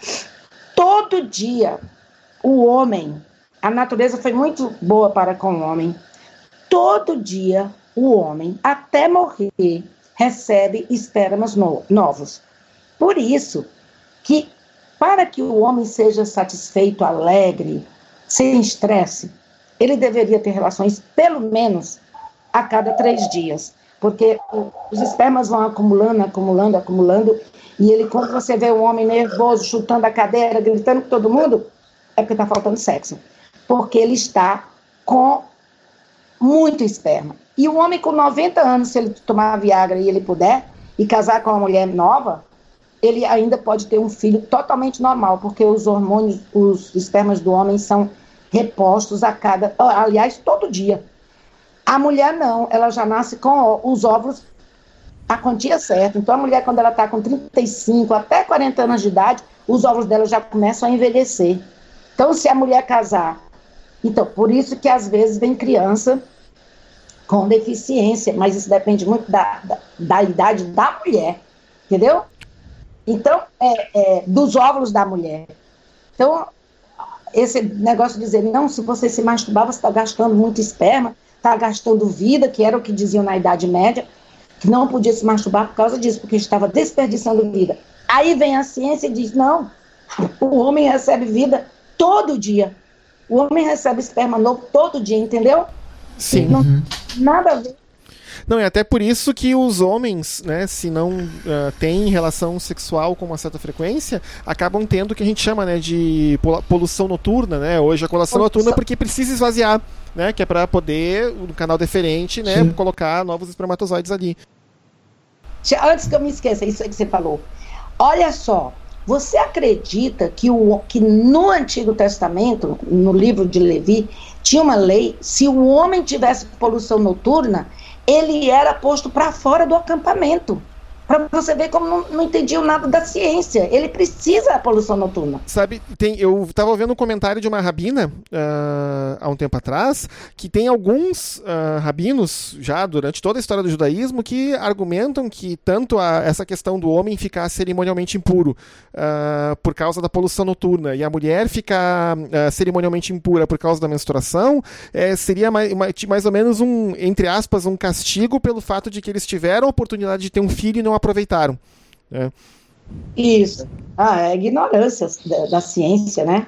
Todo dia, o homem, a natureza foi muito boa para com o homem, todo dia o homem, até morrer, recebe espermas novos. Por isso que, para que o homem seja satisfeito, alegre, sem estresse, ele deveria ter relações pelo menos a cada 3 dias. Porque os espermas vão acumulando, e ele, quando você vê um homem nervoso, chutando a cadeira, gritando com todo mundo, é porque está faltando sexo. Porque ele está com muito esperma. E o homem com 90 anos, se ele tomar Viagra e ele puder, e casar com uma mulher nova, ele ainda pode ter um filho totalmente normal, porque os hormônios, os espermas do homem são repostos aliás, todo dia. A mulher não, ela já nasce com os óvulos, a quantia certa. Então a mulher, quando ela está com 35 até 40 anos de idade, os óvulos dela já começam a envelhecer. Então, se a mulher casar, então, por isso que às vezes vem criança com deficiência, mas isso depende muito da idade da mulher, entendeu? Então, dos óvulos da mulher. Então, esse negócio de dizer, não, se você se masturbar, você está gastando muito esperma, está gastando vida, que era o que diziam na Idade Média, que não podia se masturbar por causa disso, porque estava desperdiçando vida. Aí vem a ciência e diz, não, o homem recebe vida todo dia. O homem recebe esperma novo todo dia, entendeu? Sim. Não, nada a ver. Não, é até por isso que os homens, né, se não têm relação sexual com uma certa frequência, acabam tendo o que a gente chama, né, de poluição noturna, né, ou ejaculação noturna, porque precisa esvaziar, né, que é para poder, no canal deferente, né, colocar novos espermatozoides ali. Antes que eu me esqueça, isso aí que você falou. Olha só, você acredita que no Antigo Testamento, no livro de Levi, tinha uma lei, se o homem tivesse poluição noturna, ele era posto para fora do acampamento. Para você ver como não entendiam nada da ciência. Ele precisa da poluição noturna. Sabe, eu estava vendo um comentário de uma rabina há um tempo atrás, que tem alguns rabinos, já durante toda a história do judaísmo, que argumentam que tanto essa questão do homem ficar cerimonialmente impuro por causa da poluição noturna e a mulher ficar cerimonialmente impura por causa da menstruação, seria mais ou menos entre aspas, um castigo pelo fato de que eles tiveram a oportunidade de ter um filho e não aproveitaram. Isso. É ignorância da ciência, né?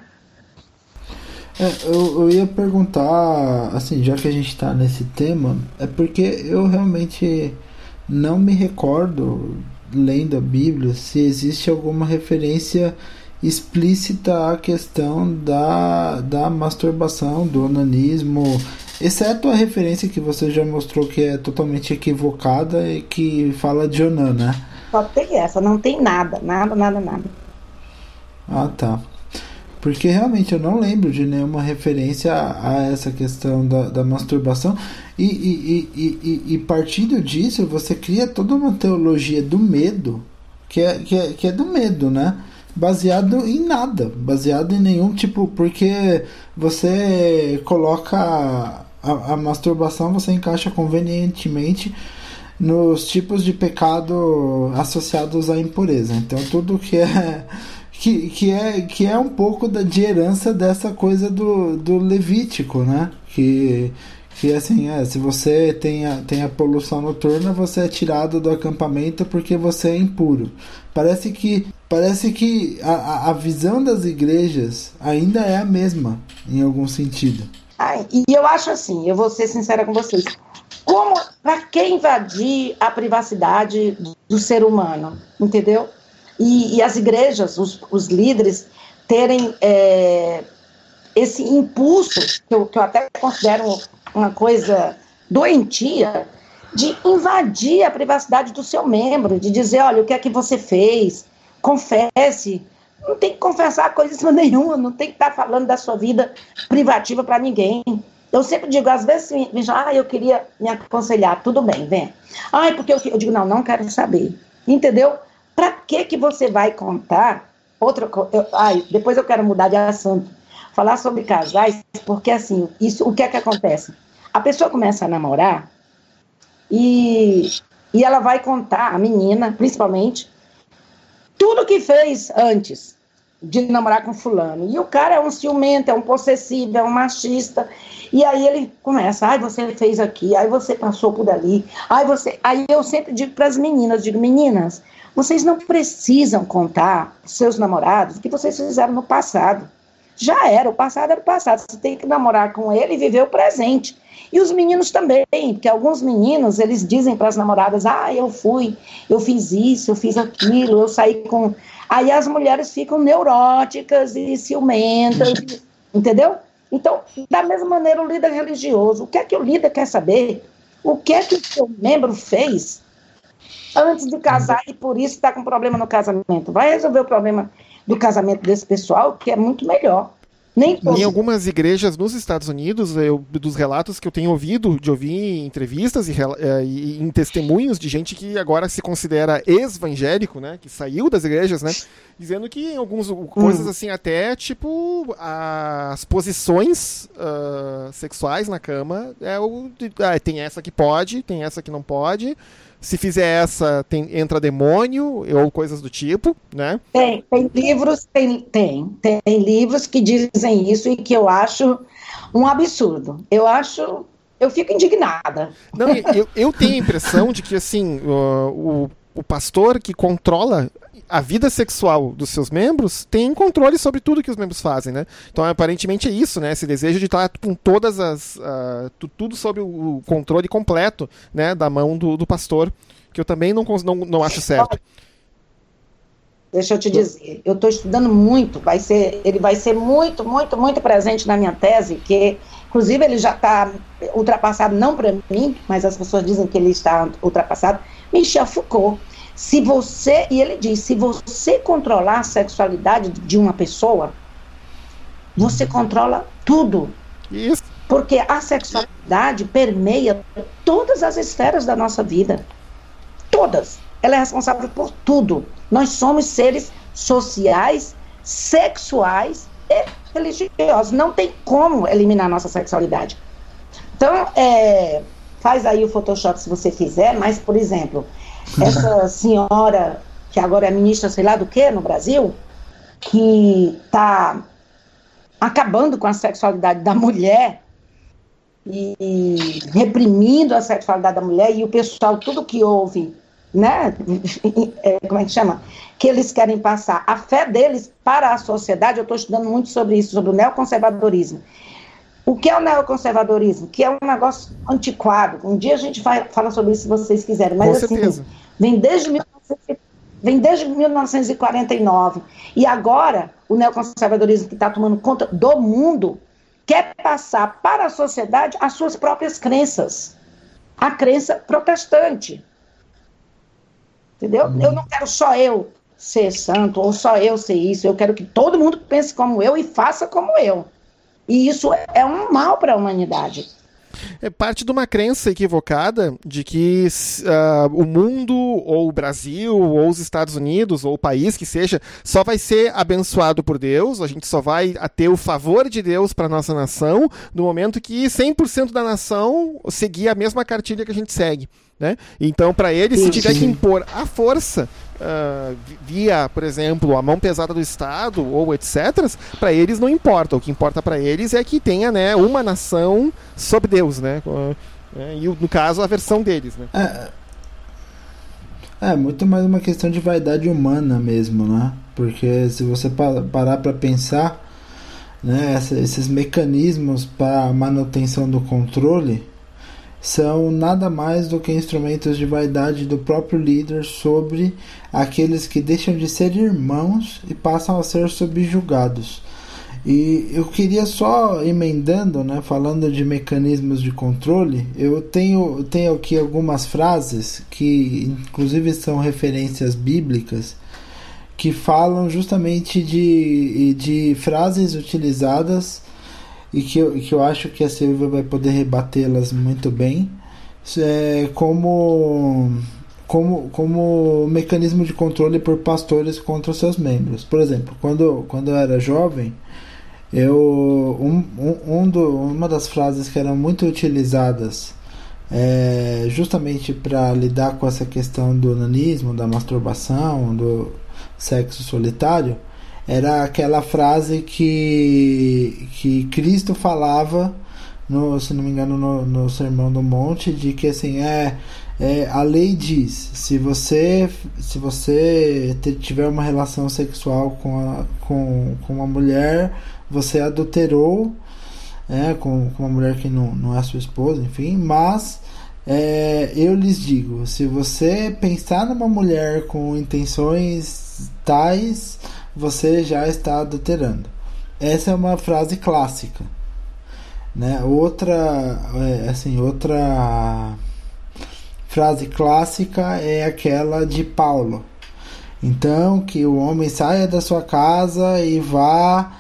Eu ia perguntar, assim, já que a gente está nesse tema, é porque eu realmente não me recordo, lendo a Bíblia, se existe alguma referência explícita à questão da masturbação, do onanismo, exceto a referência que você já mostrou que é totalmente equivocada e que fala de Onã, né? Só tem essa, não tem nada. Ah, tá. Porque realmente eu não lembro de nenhuma referência a essa questão da masturbação e partindo disso você cria toda uma teologia do medo que é do medo, né? Baseado em nada, baseado em nenhum tipo, porque você coloca a masturbação, você encaixa convenientemente nos tipos de pecado associados à impureza. Então tudo que é um pouco de herança dessa coisa do Levítico, né? Que assim, se você tem a poluição noturna, você é tirado do acampamento porque você é impuro. Parece que a visão das igrejas ainda é a mesma, em algum sentido. E eu acho assim, eu vou ser sincera com vocês, para que invadir a privacidade do ser humano, entendeu? E as igrejas, os líderes, terem esse impulso, que eu até considero uma coisa doentia, de invadir a privacidade do seu membro, de dizer, olha, o que é que você fez, confesse. Não tem que confessar coisa nenhuma, não tem que estar falando da sua vida privativa para ninguém. Eu sempre digo, às vezes me dizem, eu queria me aconselhar, tudo bem, vem. Porque eu digo, não quero saber. Entendeu? Para que você vai contar outra coisa? Depois eu quero mudar de assunto, falar sobre casais, porque assim, o que é que acontece? A pessoa começa a namorar e ela vai contar, a menina, principalmente, tudo que fez antes de namorar com fulano. E o cara é um ciumento, é um possessivo, é um machista. E aí ele começa, você fez aqui, aí você passou por ali, Aí eu sempre digo para as meninas, meninas, vocês não precisam contar para seus namorados o que vocês fizeram no passado. Já era, o passado era o passado. Você tem que namorar com ele e viver o presente. E os meninos também, porque alguns meninos, eles dizem para as namoradas, eu fiz isso, eu fiz aquilo, eu saí com... Aí as mulheres ficam neuróticas e ciumentas, entendeu? Então, da mesma maneira, o líder religioso, o que é que o líder quer saber? O que é que o seu membro fez antes de casar e por isso está com problema no casamento? Vai resolver o problema do casamento desse pessoal, que é muito melhor. Em algumas igrejas nos Estados Unidos, dos relatos que eu tenho ouvido, de ouvir em entrevistas e em testemunhos de gente que agora se considera ex-evangélico, né, que saiu das igrejas, né, dizendo que em algumas coisas assim, até tipo as posições sexuais na cama, tem essa que pode, tem essa que não pode. Se fizer essa, entra demônio ou coisas do tipo, né? Tem livros, tem livros que dizem isso e que eu acho um absurdo. Eu fico indignada. Não, eu tenho a impressão de que, assim, o pastor que controla a vida sexual dos seus membros tem controle sobre tudo que os membros fazem, né? Então, aparentemente é isso, né? Esse desejo de estar com todas tudo sob o controle completo, né? Da mão do pastor, que eu também não acho certo. Deixa eu te dizer, eu estou estudando muito, ele vai ser muito, muito, muito presente na minha tese, que inclusive ele já está ultrapassado, não para mim, mas as pessoas dizem que ele está ultrapassado, Michel Foucault. E ele diz, se você controlar a sexualidade de uma pessoa, você controla tudo. Isso. Porque a sexualidade permeia todas as esferas da nossa vida. Todas. ela é responsável por tudo. Nós somos seres sociais, sexuais e religiosos. Não tem como eliminar a nossa sexualidade. Então, faz aí o Photoshop se você fizer, mas, por exemplo, essa senhora, que agora é ministra sei lá do que no Brasil, que está acabando com a sexualidade da mulher e reprimindo a sexualidade da mulher, e o pessoal, tudo que ouve, né, como é que chama? Que eles querem passar a fé deles para a sociedade. Eu estou estudando muito sobre isso, sobre o neoconservadorismo. O que é o neoconservadorismo? Que é um negócio antiquado. Um dia a gente fala sobre isso se vocês quiserem, mas com certeza. Vem desde 1949, e agora o neoconservadorismo, que está tomando conta do mundo, quer passar para a sociedade as suas próprias crenças, a crença protestante, entendeu? Eu não quero só eu ser santo, ou só eu ser isso, eu quero que todo mundo pense como eu e faça como eu, e isso é um mal para a humanidade. É parte de uma crença equivocada de que o mundo, ou o Brasil, ou os Estados Unidos, ou o país que seja, só vai ser abençoado por Deus, a gente só vai ter o favor de Deus para a nossa nação, no momento que 100% da nação seguir a mesma cartilha que a gente segue, né? Então, para eles, se tiver que impor à força, via, por exemplo, a mão pesada do Estado, ou etc., para eles não importa. O que importa para eles é que tenha, né, uma nação sob Deus, né? E no caso, a versão deles, né? É muito mais uma questão de vaidade humana mesmo, né? Porque se você parar para pensar, né, esses mecanismos para manutenção do controle são nada mais do que instrumentos de vaidade do próprio líder sobre aqueles que deixam de ser irmãos e passam a ser subjugados. E eu queria só emendando, né, falando de mecanismos de controle, eu tenho aqui algumas frases que inclusive são referências bíblicas, que falam justamente de frases utilizadas e que eu acho que a Silvia vai poder rebatê-las muito bem, como mecanismo de controle por pastores contra os seus membros. Por exemplo, quando eu era jovem, uma das frases que eram muito utilizadas justamente para lidar com essa questão do onanismo, da masturbação, do sexo solitário, era aquela frase que Cristo falava, se não me engano, no Sermão do Monte, de que assim, a lei diz, se você tiver uma relação sexual com uma mulher, você adulterou, com uma mulher que não é sua esposa, enfim, mas eu lhes digo, se você pensar numa mulher com intenções tais, você já está adulterando. Essa é uma frase clássica, né? Outra frase clássica é aquela de Paulo. Então, que o homem saia da sua casa e vá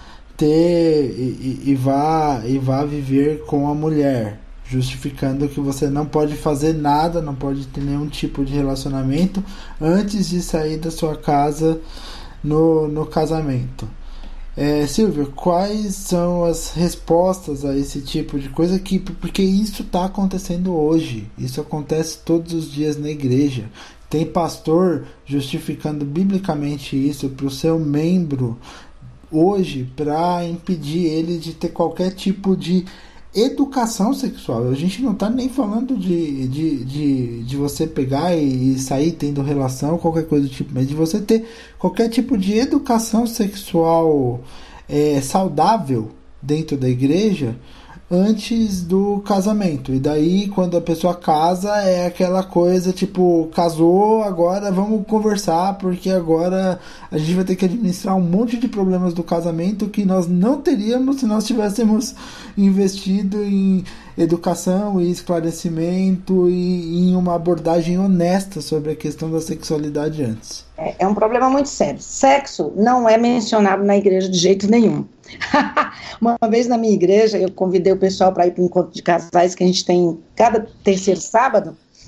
viver com a mulher, justificando que você não pode fazer nada, não pode ter nenhum tipo de relacionamento antes de sair da sua casa no casamento. Silvia, quais são as respostas a esse tipo de coisa? Porque isso está acontecendo hoje, isso acontece todos os dias na igreja. Tem pastor justificando biblicamente isso para o seu membro hoje, para impedir ele de ter qualquer tipo de educação sexual. A gente não está nem falando de você pegar e sair tendo relação, qualquer coisa do tipo, mas de você ter qualquer tipo de educação sexual saudável dentro da igreja antes do casamento. E daí, quando a pessoa casa, é aquela coisa tipo, casou, agora vamos conversar, porque agora a gente vai ter que administrar um monte de problemas do casamento que nós não teríamos se nós tivéssemos investido em educação e esclarecimento e em uma abordagem honesta sobre a questão da sexualidade antes. É um problema muito sério. Sexo não é mencionado na igreja de jeito nenhum. Uma vez na minha igreja, eu convidei o pessoal para ir para um encontro de casais que a gente tem cada terceiro sábado,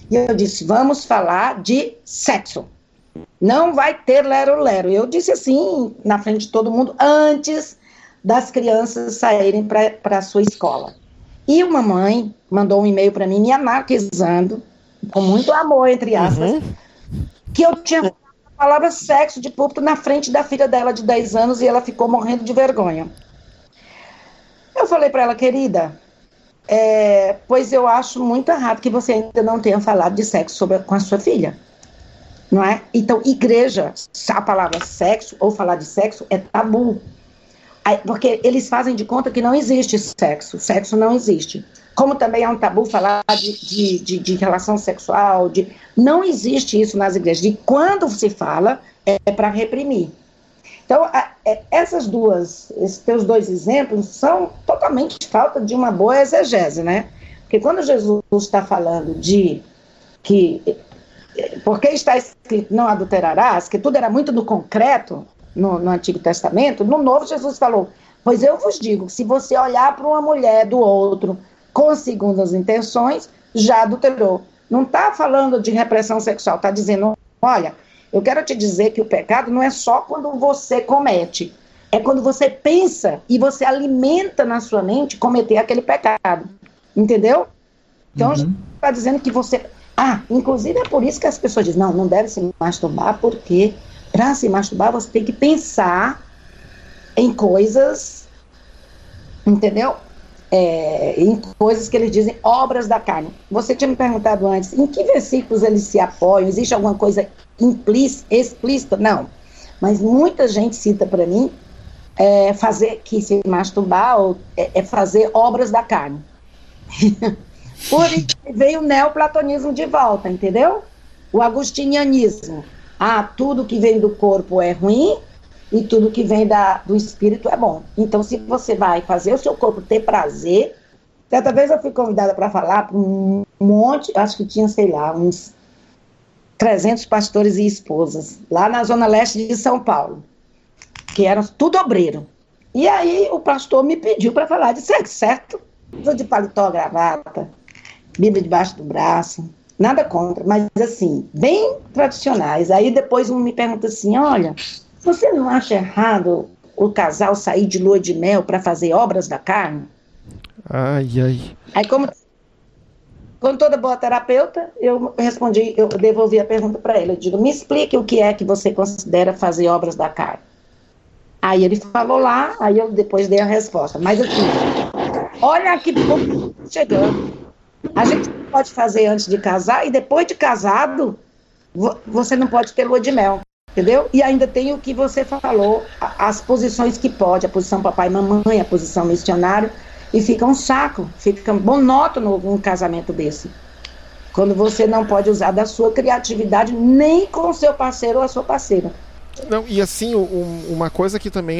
E eu disse, vamos falar de sexo. Não vai ter lero-lero. Eu disse assim, na frente de todo mundo, antes das crianças saírem para a sua escola. E uma mãe mandou um e-mail para mim, me anarquizando, com muito amor, entre aspas, que eu tinha falado a palavra sexo de púlpito na frente da filha dela de 10 anos e ela ficou morrendo de vergonha. Eu falei para ela, querida, pois eu acho muito errado que você ainda não tenha falado de sexo com a sua filha. Não é? Então, igreja, a palavra sexo ou falar de sexo é tabu. Porque eles fazem de conta que não existe sexo não existe. Como também é um tabu falar de relação sexual, não existe isso nas igrejas. E quando se fala, é para reprimir. Então, esses teus dois exemplos são totalmente falta de uma boa exegese, né? Porque quando Jesus está falando porque está escrito não adulterarás, que tudo era muito no concreto, no Antigo Testamento, no Novo Jesus falou, pois eu vos digo, se você olhar para uma mulher do outro com segundas intenções, já adulterou. Não está falando de repressão sexual, está dizendo, olha, eu quero te dizer que o pecado não é só quando você comete, é quando você pensa e você alimenta na sua mente cometer aquele pecado, entendeu? Então, está dizendo que você... inclusive é por isso que as pessoas dizem, não deve se masturbar, porque para se masturbar você tem que pensar em coisas, entendeu? Em coisas que eles dizem obras da carne. Você tinha me perguntado antes, em que versículos eles se apoiam? Existe alguma coisa explícita? Não. Mas muita gente cita para mim que se masturbar é fazer obras da carne. Por isso veio o neoplatonismo de volta, entendeu? O agustinianismo. Tudo que vem do corpo é ruim e tudo que vem do espírito é bom. Então, se você vai fazer o seu corpo ter prazer... Certa vez eu fui convidada para falar para um monte, acho que tinha, sei lá, uns 300 pastores e esposas, lá na zona leste de São Paulo, que eram tudo obreiro. E aí o pastor me pediu para falar de sexo, certo? De paletó, gravata, Bíblia debaixo do braço, nada contra, mas assim, bem tradicionais. Aí depois um me pergunta assim, olha, você não acha errado o casal sair de lua de mel para fazer obras da carne? Ai. Aí como toda boa terapeuta, eu devolvi a pergunta para ele, eu digo, me explique o que é que você considera fazer obras da carne. Aí ele falou lá, aí eu depois dei a resposta, mas assim, olha que pouco chegando. A gente pode fazer antes de casar e depois de casado, você não pode ter lua de mel, entendeu? E ainda tem o que você falou, as posições que pode, a posição papai e mamãe, a posição missionário, e fica um saco, fica monótono um casamento desse. Quando você não pode usar da sua criatividade nem com o seu parceiro ou a sua parceira. Não, e assim, uma coisa que também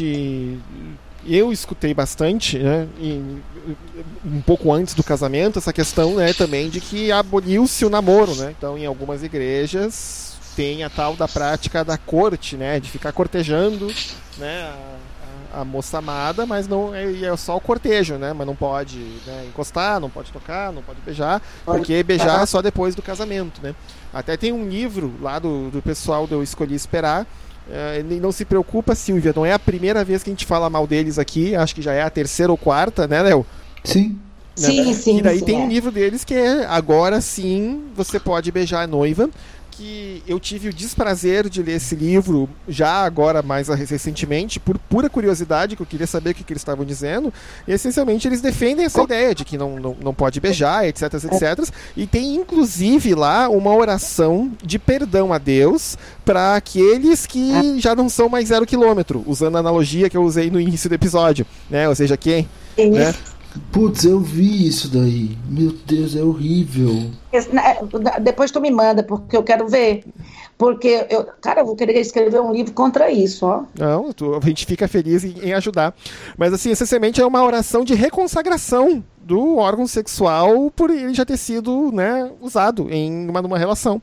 eu escutei bastante, né, um pouco antes do casamento, essa questão, né, também de que aboliu-se o namoro, né? Então, em algumas igrejas tem a tal da prática da corte, né, de ficar cortejando, né, a moça amada, mas não é só o cortejo, né? Mas não pode, né, encostar, não pode tocar, não pode beijar, porque beijar é só depois do casamento, né? Até tem um livro lá do pessoal do Eu Escolhi Esperar. Não se preocupa, Silvia, não é a primeira vez que a gente fala mal deles aqui, acho que já é a terceira ou quarta, né, Léo? Sim. Sim. E daí tem um livro deles que é Agora Sim Você Pode Beijar a Noiva, que eu tive o desprazer de ler esse livro já agora mais recentemente, por pura curiosidade, que eu queria saber o que eles estavam dizendo, e essencialmente eles defendem essa ideia de que não pode beijar, etc, etc, e tem inclusive lá uma oração de perdão a Deus para aqueles que já não são mais 0 quilômetro, usando a analogia que eu usei no início do episódio, né? Ou seja, quem? Né? Putz, eu vi isso daí. Meu Deus, é horrível. Depois tu me manda, porque eu quero ver. Porque, eu vou querer escrever um livro contra isso, ó. Não, a gente fica feliz em ajudar. Mas, assim, essencialmente é uma oração de reconsagração do órgão sexual por ele já ter sido, né, usado em numa relação.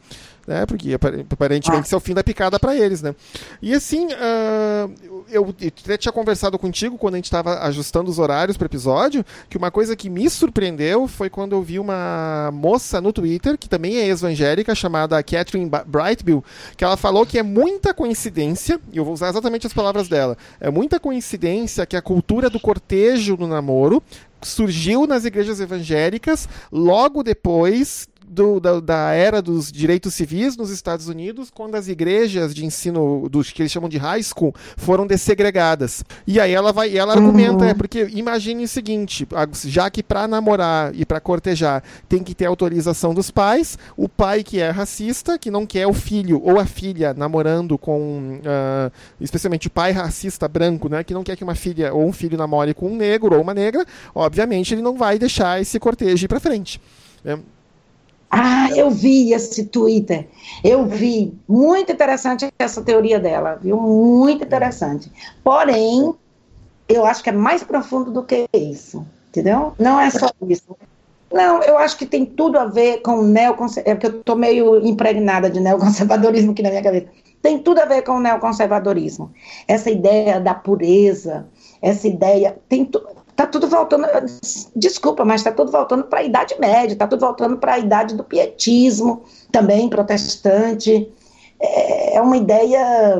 né? Porque aparentemente isso é o fim da picada para eles, né? E assim, eu até tinha conversado contigo quando a gente estava ajustando os horários para o episódio, que uma coisa que me surpreendeu foi quando eu vi uma moça no Twitter, que também é evangélica, chamada Catherine Brightbill, que ela falou que é muita coincidência, e eu vou usar exatamente as palavras dela, é muita coincidência que a cultura do cortejo no namoro surgiu nas igrejas evangélicas logo depois da era dos direitos civis nos Estados Unidos, quando as igrejas de ensino, que eles chamam de high school, foram dessegregadas. E aí ela argumenta, porque imagine o seguinte, já que para namorar e para cortejar tem que ter autorização dos pais, o pai que é racista, que não quer o filho ou a filha namorando com, especialmente o pai racista branco, né, que não quer que uma filha ou um filho namore com um negro ou uma negra, obviamente ele não vai deixar esse cortejo ir para frente, né? Eu vi esse Twitter, eu vi, muito interessante essa teoria dela, viu, muito interessante, porém, eu acho que é mais profundo do que isso, entendeu? Não é só isso, não, eu acho que tem tudo a ver com neoconservadorismo, é porque eu estou meio impregnada de neoconservadorismo aqui na minha cabeça, tem tudo a ver com o neoconservadorismo, essa ideia da pureza, essa ideia, está tudo voltando, desculpa, mas está tudo voltando para a Idade Média, está tudo voltando para a idade do pietismo, também protestante. É uma ideia...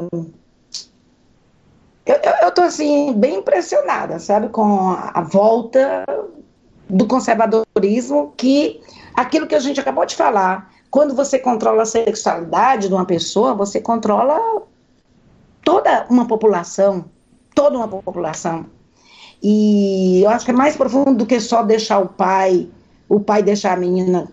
Eu estou, assim, bem impressionada, sabe, com a volta do conservadorismo, que aquilo que a gente acabou de falar, quando você controla a sexualidade de uma pessoa, você controla toda uma população. E eu acho que é mais profundo do que só deixar o pai deixar a menina.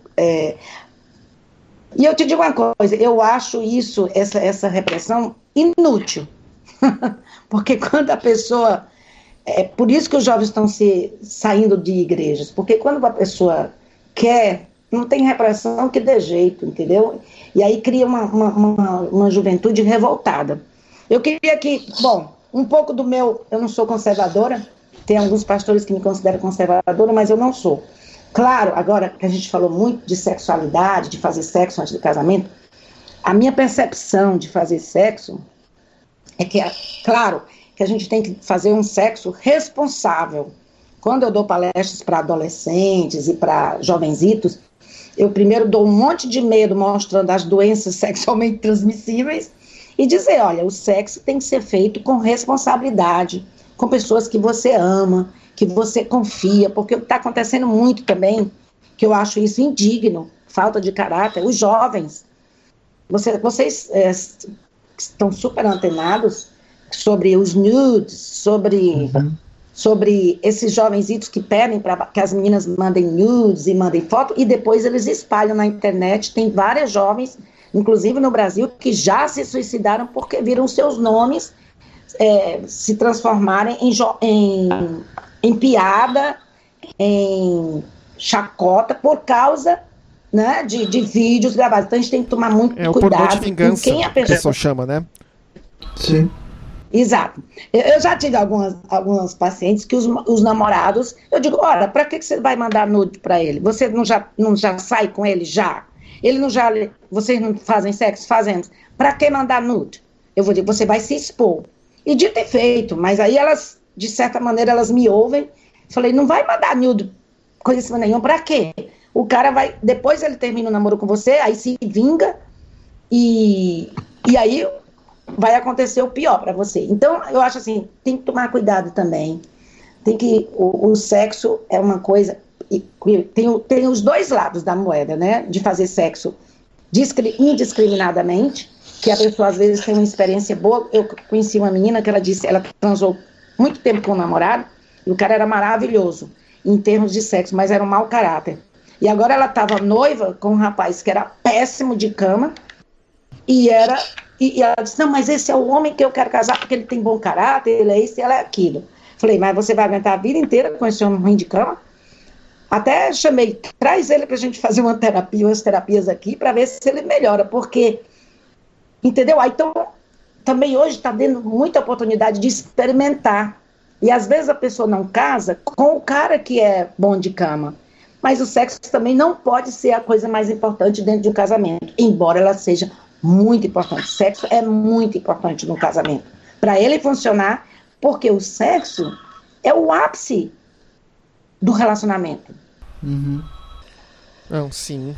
E eu te digo uma coisa, eu acho essa repressão inútil. Porque quando a pessoa... É por isso que os jovens estão saindo de igrejas, porque quando a pessoa quer, não tem repressão que dê jeito, entendeu? E aí cria uma juventude revoltada. Eu queria que, um pouco do meu... Eu não sou conservadora, tem alguns pastores que me consideram conservadora, mas eu não sou. Claro, agora que a gente falou muito de sexualidade, de fazer sexo antes do casamento, a minha percepção de fazer sexo é que, claro, que a gente tem que fazer um sexo responsável. Quando eu dou palestras para adolescentes e para jovenzitos, eu primeiro dou um monte de medo mostrando as doenças sexualmente transmissíveis e dizer, olha, o sexo tem que ser feito com responsabilidade, com pessoas que você ama, que você confia, porque o que está acontecendo muito também, que eu acho isso indigno, falta de caráter, os jovens, vocês estão super antenados sobre os nudes, sobre esses jovenzitos que pedem para que as meninas mandem nudes e mandem foto, e depois eles espalham na internet. Tem várias jovens, inclusive no Brasil, que já se suicidaram porque viram seus nomes se transformarem em piada, em chacota, por causa, né, de vídeos gravados. Então a gente tem que tomar muito cuidado. É o pornô de vingança, com quem a pessoa chama, né? Sim. Exato. Eu já tive algumas pacientes que os namorados, eu digo, ora, para que você vai mandar nude para ele? Você não já sai com ele já? Vocês não fazem sexo? Fazemos. Para que mandar nude? Eu vou dizer, você vai se expor. E dito e feito, mas aí elas, de certa maneira, elas me ouvem. Falei, não vai mandar nude, coisa nenhuma, para quê? O cara vai, depois ele termina o namoro com você, aí se vinga, e aí vai acontecer o pior para você. Então, eu acho assim, tem que tomar cuidado também. O sexo é uma coisa, tem os dois lados da moeda, né? De fazer sexo indiscriminadamente, que a pessoa às vezes tem uma experiência boa. Eu conheci uma menina que ela disse, ela transou muito tempo com um namorado, e o cara era maravilhoso em termos de sexo, mas era um mau caráter. E agora ela estava noiva com um rapaz que era péssimo de cama, e ela disse, não, mas esse é o homem que eu quero casar porque ele tem bom caráter, ele é isso, ela é aquilo. Falei, mas você vai aguentar a vida inteira com esse homem ruim de cama? Até chamei, traz ele pra gente fazer uma terapia, umas terapias aqui, para ver se ele melhora, porque, entendeu? Aí, então, também hoje está dando muita oportunidade de experimentar, e às vezes a pessoa não casa com o cara que é bom de cama, mas o sexo também não pode ser a coisa mais importante dentro de um casamento, embora ela seja muito importante. O sexo é muito importante no casamento, para ele funcionar, porque o sexo é o ápice do relacionamento. Não, sim.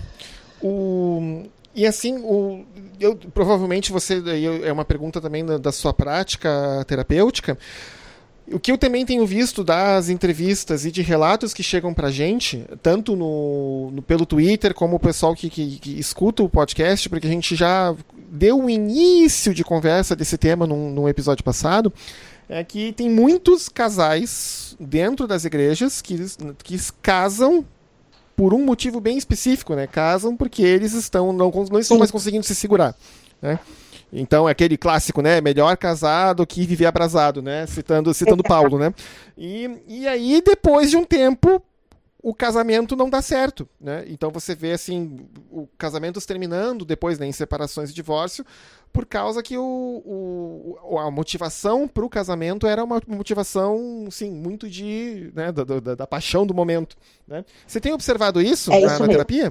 E assim, provavelmente você, é uma pergunta também da sua prática terapêutica, o que eu também tenho visto das entrevistas e de relatos que chegam pra gente, tanto pelo Twitter, como o pessoal que escuta o podcast, porque a gente já deu um início de conversa desse tema num episódio passado, é que tem muitos casais dentro das igrejas que casam por um motivo bem específico, né? Casam porque eles não estão mais conseguindo se segurar, né? Então, é aquele clássico, né? Melhor casado que viver abrasado, né? Citando Paulo, né? E aí, depois de um tempo, o casamento não dá certo, né? Então, você vê, assim, casamentos terminando depois, né, em separações e divórcio, por causa que a motivação para o casamento era uma motivação, sim, muito né, da paixão do momento, né? Você tem observado isso, na terapia?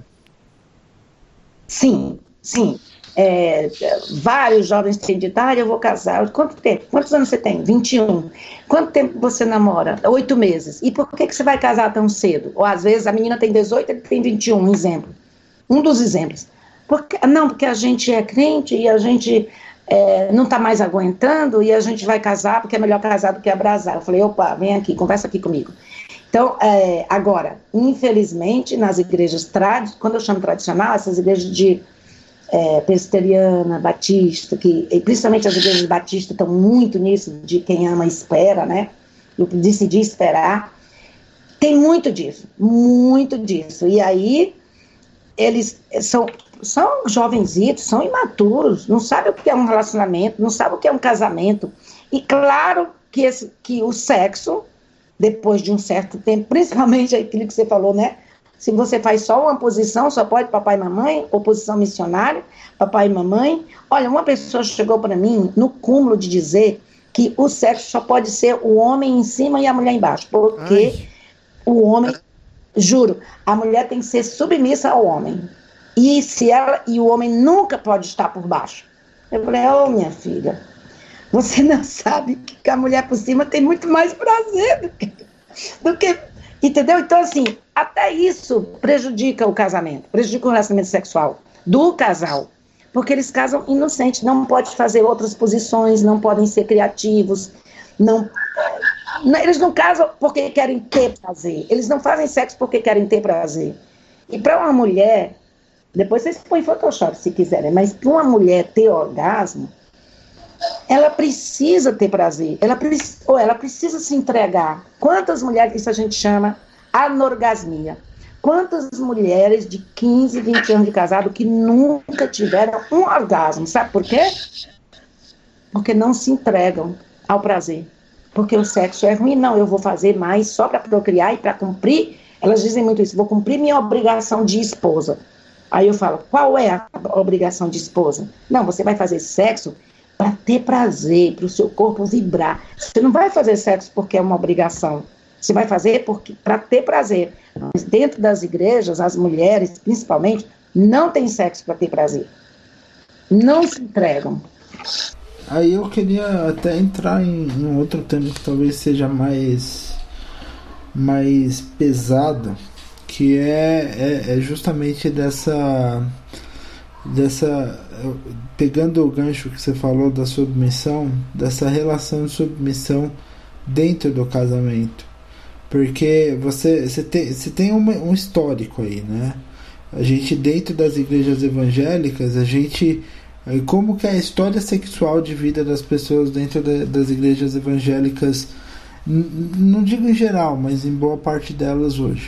Sim. Vários jovens têm dito, eu vou casar. Quanto tempo? Quantos anos você tem? 21. Quanto tempo você namora? 8 meses. E por que você vai casar tão cedo? Ou às vezes a menina tem 18, ele tem 21, um exemplo. Um dos exemplos. Porque a gente é crente e a gente não está mais aguentando e a gente vai casar porque é melhor casar do que abrasar. Eu falei, opa, vem aqui, conversa aqui comigo. Então, agora, infelizmente, nas igrejas quando eu chamo tradicional, essas igrejas de presbiteriana, batista, e principalmente as igrejas batistas estão muito nisso, de quem ama espera, né? Eu decidi esperar. Tem muito disso. E aí, eles são jovenzitos, são imaturos, não sabem o que é um relacionamento, não sabem o que é um casamento. E claro que o sexo, depois de um certo tempo, principalmente aquilo que você falou, né? Se você faz só uma posição, só pode papai e mamãe, ou posição missionária, papai e mamãe. Olha, uma pessoa chegou para mim no cúmulo de dizer que o sexo só pode ser o homem em cima e a mulher embaixo, porque o homem, juro, a mulher tem que ser submissa ao homem. E o homem nunca pode estar por baixo. Eu falei, minha filha, você não sabe que a mulher por cima tem muito mais prazer do que entendeu? Então, assim, até isso prejudica o casamento, prejudica o relacionamento sexual do casal, porque eles casam inocentes, não pode fazer outras posições, não podem ser criativos, eles não casam porque querem ter prazer, eles não fazem sexo porque querem ter prazer. E para uma mulher, depois vocês põem Photoshop se quiserem, mas para uma mulher ter orgasmo, ela precisa ter prazer, ela precisa se entregar. Quantas mulheres, isso a gente chama anorgasmia, quantas mulheres de 15, 20 anos de casado que nunca tiveram um orgasmo, sabe por quê? Porque não se entregam ao prazer, porque o sexo é ruim, eu vou fazer mais só para procriar e para cumprir, elas dizem muito isso, vou cumprir minha obrigação de esposa. Aí eu falo, qual é a obrigação de esposa? Não, você vai fazer sexo para ter prazer, para o seu corpo vibrar. Você não vai fazer sexo porque é uma obrigação. Você vai fazer para ter prazer. Mas dentro das igrejas, as mulheres, principalmente, não têm sexo para ter prazer. Não se entregam. Aí eu queria até entrar em um outro tema que talvez seja mais pesado, que é justamente dessa pegando o gancho que você falou da submissão, dessa relação de submissão dentro do casamento, porque você tem um histórico aí, né? A gente dentro das igrejas evangélicas, como que é a história sexual de vida das pessoas dentro das igrejas evangélicas, não digo em geral, mas em boa parte delas hoje,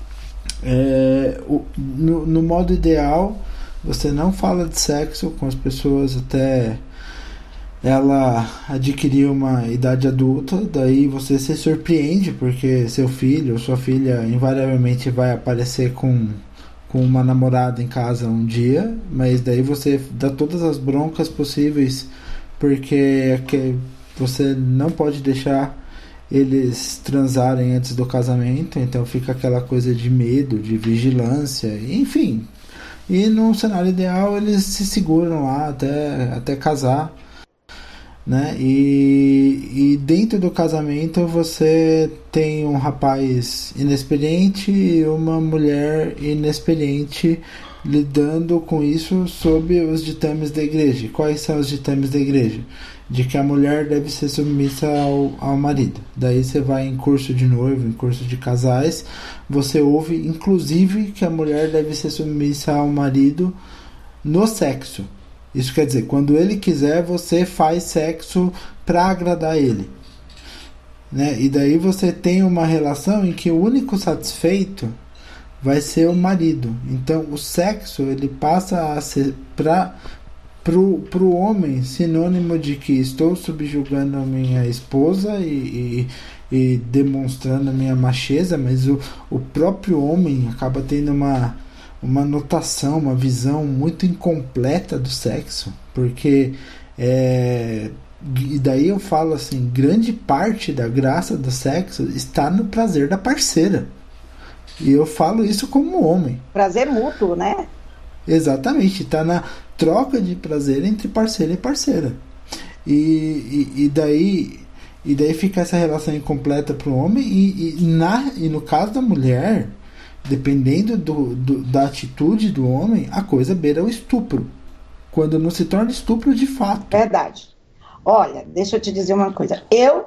no modo ideal, você não fala de sexo com as pessoas até ela adquirir uma idade adulta, daí você se surpreende porque seu filho ou sua filha invariavelmente vai aparecer com uma namorada em casa um dia, mas daí você dá todas as broncas possíveis porque você não pode deixar eles transarem antes do casamento, então fica aquela coisa de medo, de vigilância, enfim. E no cenário ideal eles se seguram lá até casar, né? E dentro do casamento você tem um rapaz inexperiente e uma mulher inexperiente lidando com isso sob os ditames da igreja. Quais são os ditames da igreja? De que a mulher deve ser submissa ao marido. Daí você vai em curso de noivo, em curso de casais, você ouve inclusive que a mulher deve ser submissa ao marido no sexo. Isso quer dizer, quando ele quiser, você faz sexo para agradar ele, né? E daí você tem uma relação em que o único satisfeito vai ser o marido. Então o sexo ele passa a ser pro homem sinônimo de que estou subjugando a minha esposa e demonstrando a minha macheza, mas o próprio homem acaba tendo uma notação, uma visão muito incompleta do sexo, porque e daí eu falo assim, grande parte da graça do sexo está no prazer da parceira, e eu falo isso como homem. Prazer mútuo, né? Exatamente, está na troca de prazer entre parceiro e parceira, e daí fica essa relação incompleta para o homem, e no caso da mulher, dependendo da atitude do homem, a coisa beira o estupro, quando não se torna estupro de fato. Verdade. Olha, deixa eu te dizer uma coisa.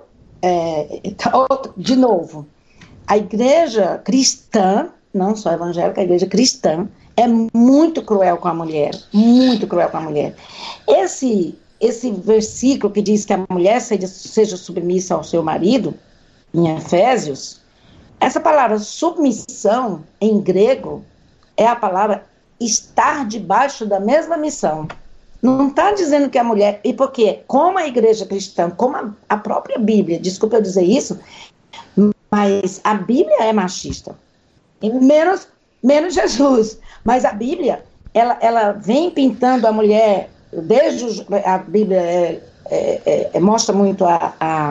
De novo, a igreja cristã, não só evangélica, a igreja cristã é muito cruel com a mulher, muito cruel com a mulher. Esse versículo que diz que a mulher seja submissa ao seu marido, em Efésios, essa palavra submissão, em grego, é a palavra estar debaixo da mesma missão. Não está dizendo que a mulher... E porque, como a igreja cristã, como a própria Bíblia, desculpa eu dizer isso, mas a Bíblia é machista. E menos Jesus. Mas a Bíblia, ela vem pintando a mulher, desde a Bíblia mostra muito a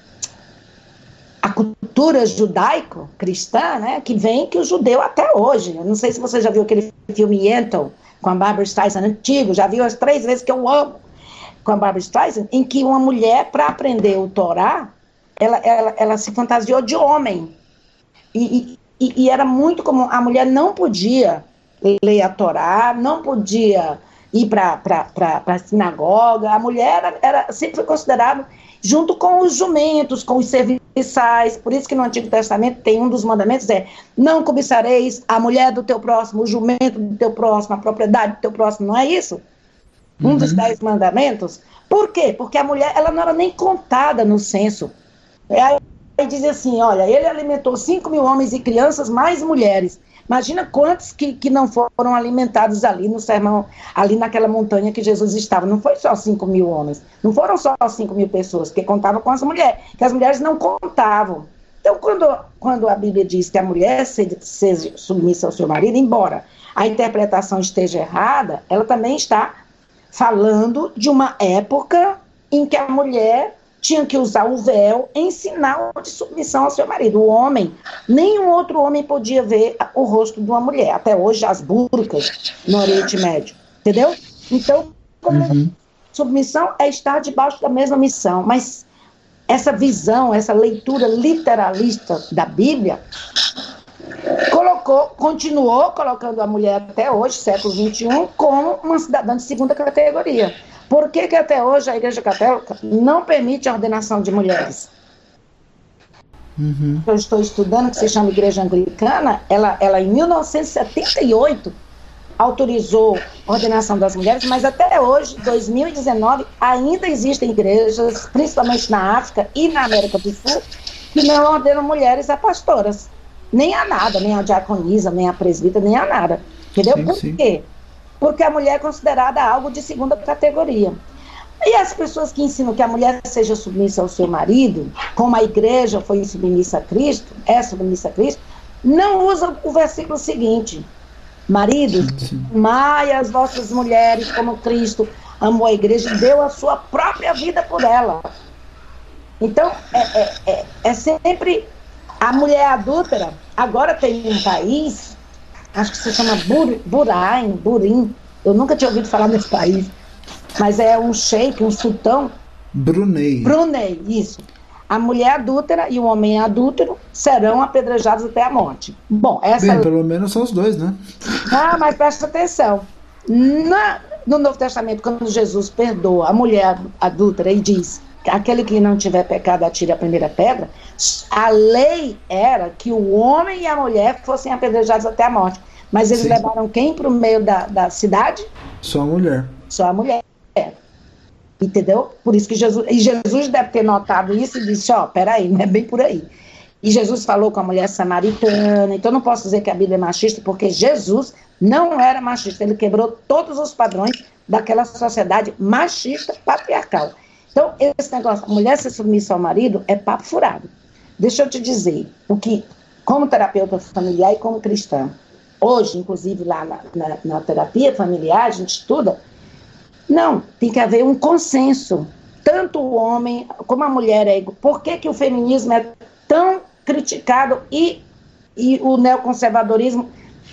cultura judaico-cristã, né, que vem que o judeu até hoje. Eu não sei se você já viu aquele filme Yentl, com a Barbra Streisand, antigo, já viu as 3 vezes que eu amo, com a Barbra Streisand, em que uma mulher, para aprender o Torá, ela se fantasiou de homem. E era muito comum, a mulher não podia ler a Torá, não podia ir para a sinagoga, a mulher sempre foi considerada junto com os jumentos, com os serviçais. Por isso que no Antigo Testamento tem um dos mandamentos, não cobiçareis a mulher do teu próximo, o jumento do teu próximo, a propriedade do teu próximo, não é isso? Um dos 10 mandamentos. Por quê? Porque a mulher, ela não era nem contada no censo. Aí diz assim, olha, ele alimentou 5.000 homens e crianças, mais mulheres. Imagina quantos que não foram alimentados ali no sermão, ali naquela montanha que Jesus estava. Não foi só 5.000 homens, não foram só 5.000 pessoas, que contavam com as mulheres, que as mulheres não contavam. Então, quando a Bíblia diz que a mulher seja submissa ao seu marido, embora a interpretação esteja errada, ela também está falando de uma época em que a mulher tinha que usar o véu em sinal de submissão ao seu marido. O homem, nenhum outro homem podia ver o rosto de uma mulher. Até hoje, as burcas no Oriente Médio. Entendeu? Então, como submissão é estar debaixo da mesma missão. Mas essa visão, essa leitura literalista da Bíblia, continuou colocando a mulher até hoje, século XXI, como uma cidadã de segunda categoria. Por que até hoje a Igreja Católica não permite a ordenação de mulheres? Eu estou estudando, que se chama Igreja Anglicana, ela em 1978 autorizou a ordenação das mulheres, mas até hoje, 2019, ainda existem igrejas, principalmente na África e na América do Sul, que não ordenam mulheres a pastoras. Nem a nada, nem a diaconisa, nem a presbítera, nem a nada. Entendeu? Por quê? Porque a mulher é considerada algo de segunda categoria. E as pessoas que ensinam que a mulher seja submissa ao seu marido, como a igreja foi submissa a Cristo, não usam o versículo seguinte: maridos, amai as vossas mulheres como Cristo amou a igreja e deu a sua própria vida por ela. Então, é sempre a mulher adúltera. Agora tem um país, acho que se chama Burim. Eu nunca tinha ouvido falar desse país, mas é um sheik, um sultão. Brunei, isso. A mulher adúltera e o homem adúltero serão apedrejados até a morte. Bom, pelo menos são os dois, né? Ah, mas presta atenção. No Novo Testamento, quando Jesus perdoa a mulher adúltera e diz: aquele que não tiver pecado atire a primeira pedra, a lei era que o homem e a mulher fossem apedrejados até a morte. Mas eles levaram quem para o meio da cidade? Só a mulher. Só a mulher. Entendeu? Por isso que Jesus deve ter notado isso e disse: peraí, não é bem por aí. E Jesus falou com a mulher samaritana. Então não posso dizer que a Bíblia é machista, porque Jesus não era machista. Ele quebrou todos os padrões daquela sociedade machista, patriarcal. Então, esse negócio, a mulher ser submissa ao marido, é papo furado. Deixa eu te dizer, como terapeuta familiar e como cristã, hoje, inclusive lá na terapia familiar, a gente estuda, não, tem que haver um consenso. Tanto o homem como a mulher é igual. Por que o feminismo é tão criticado e o neoconservadorismo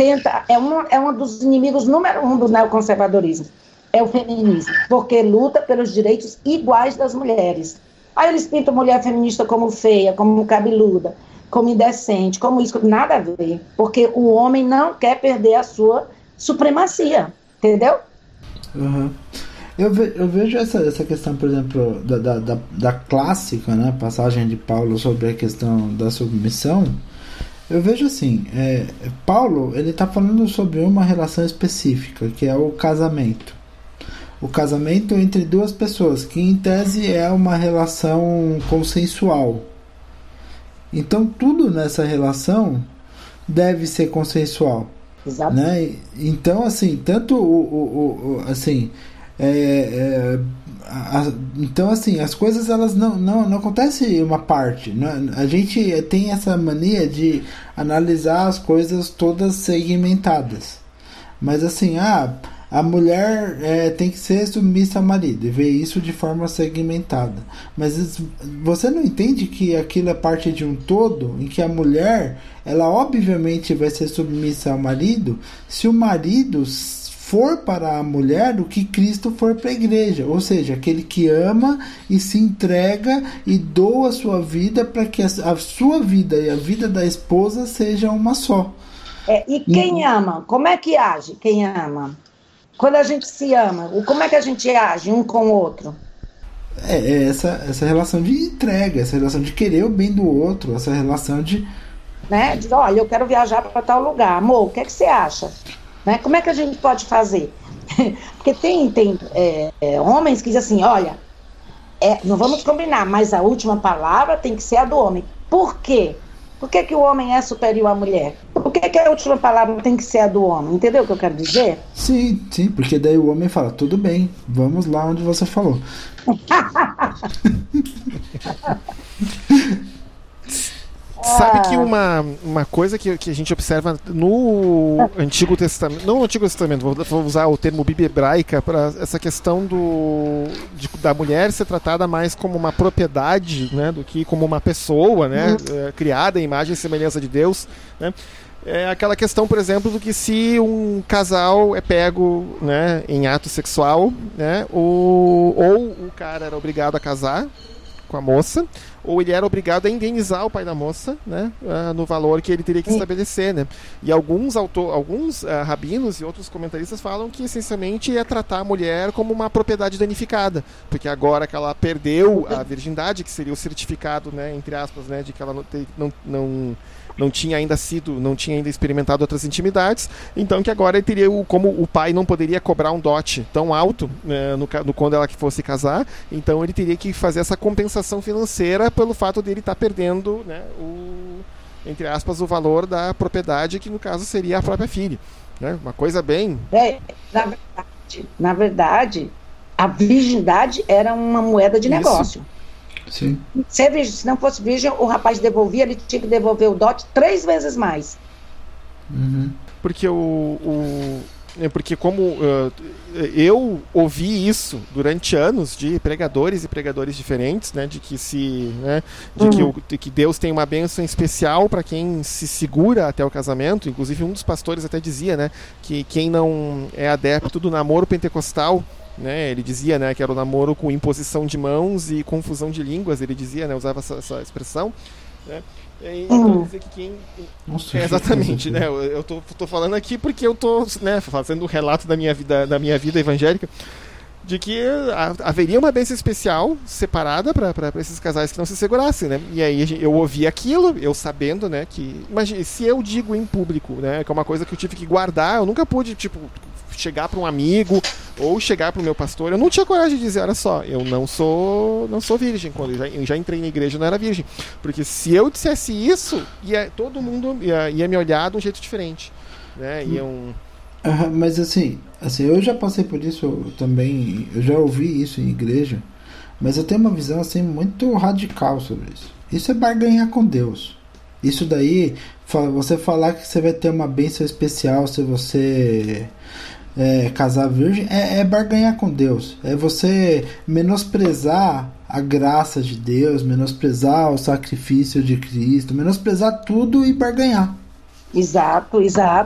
é um dos inimigos número 1 do neoconservadorismo? É o feminismo, porque luta pelos direitos iguais das mulheres. Aí eles pintam mulher feminista como feia, como cabeluda, como indecente, como isso, nada a ver. Porque o homem não quer perder a sua supremacia, entendeu? Uhum. Eu vejo essa questão, por exemplo, da clássica, né, passagem de Paulo sobre a questão da submissão. Eu vejo assim, Paulo, ele está falando sobre uma relação específica, que é o casamento. O casamento entre duas pessoas, que em tese é uma relação consensual. Então tudo nessa relação deve ser consensual. Exato. Né? Então, assim, tanto então, assim, as coisas elas não acontecem uma parte, né? A gente tem essa mania de analisar as coisas todas segmentadas, mas assim, a mulher tem que ser submissa ao marido e ver isso de forma segmentada. Mas você não entende que aquilo é parte de um todo, em que a mulher, ela obviamente vai ser submissa ao marido se o marido for para a mulher o que Cristo for para a igreja, ou seja, aquele que ama e se entrega e doa a sua vida para que a sua vida e a vida da esposa sejam uma só. E quem ama? Como é que age quem ama? Quando a gente se ama, como é que a gente age um com o outro? Essa relação de entrega, essa relação de querer o bem do outro, essa relação de... Né? Diz, olha, eu quero viajar para tal lugar. Amor, o que é que você acha? Né? Como é que a gente pode fazer? Porque tem homens que dizem assim, olha, não vamos combinar, mas a última palavra tem que ser a do homem. Por quê? Por que o homem é superior à mulher? Por que a última palavra tem que ser a do homem? Entendeu o que eu quero dizer? Sim, porque daí o homem fala, tudo bem, vamos lá onde você falou. Sabe que uma coisa que a gente observa no Antigo Testamento, não no Antigo Testamento, vou usar o termo Bíblia hebraica para essa questão da mulher ser tratada mais como uma propriedade, né, do que como uma pessoa, né, criada em imagem e semelhança de Deus, né? É aquela questão, por exemplo, do que se um casal é pego, né, em ato sexual, né, ou o cara era obrigado a casar com a moça, ou ele era obrigado a indenizar o pai da moça, né, no valor que ele teria que estabelecer, né? E alguns rabinos e outros comentaristas falam que essencialmente é tratar a mulher como uma propriedade danificada, porque agora que ela perdeu a virgindade, que seria o certificado, né, entre aspas, né, de que ela não tinha ainda experimentado outras intimidades, então que agora ele teria, como o pai não poderia cobrar um dote tão alto, né, quando ela fosse casar, então ele teria que fazer essa compensação financeira pelo fato de ele estar perdendo, né, entre aspas, o valor da propriedade, que no caso seria a própria filha, né? Uma coisa bem... Na verdade, a virgindade era uma moeda de negócio. Sim. Se não fosse virgem, o rapaz devolvia, ele tinha que devolver o dote 3 vezes mais. Uhum. Porque porque como eu ouvi isso durante anos de pregadores e pregadores diferentes, né, de que que Deus tem uma bênção especial para quem se segura até o casamento. Inclusive um dos pastores até dizia, né, que quem não é adepto do namoro pentecostal, né, ele dizia, né, que era o namoro com imposição de mãos e confusão de línguas, ele dizia, né, usava essa expressão, né. Então, dizer que quem... Nossa, exatamente, né? Eu tô falando aqui porque eu tô, né, fazendo um relato da minha vida evangélica, de que haveria uma bênção especial separada para esses casais que não se segurassem, né? E aí eu ouvi aquilo, eu sabendo, né, que... Imagina, se eu digo em público, né, que é uma coisa que eu tive que guardar, eu nunca pude, tipo, chegar para um amigo ou chegar para o meu pastor, eu não tinha coragem de dizer, olha só, eu não sou virgem, quando eu já entrei na igreja eu não era virgem, porque se eu dissesse isso, todo mundo ia me olhar de um jeito diferente, né? Mas assim, eu já passei por isso também, eu já ouvi isso em igreja, mas eu tenho uma visão assim muito radical sobre isso. Isso é barganhar com Deus. Isso daí, você falar que você vai ter uma bênção especial se você casar virgem, é barganhar com Deus. É você menosprezar a graça de Deus, menosprezar o sacrifício de Cristo, menosprezar tudo e barganhar. Exato.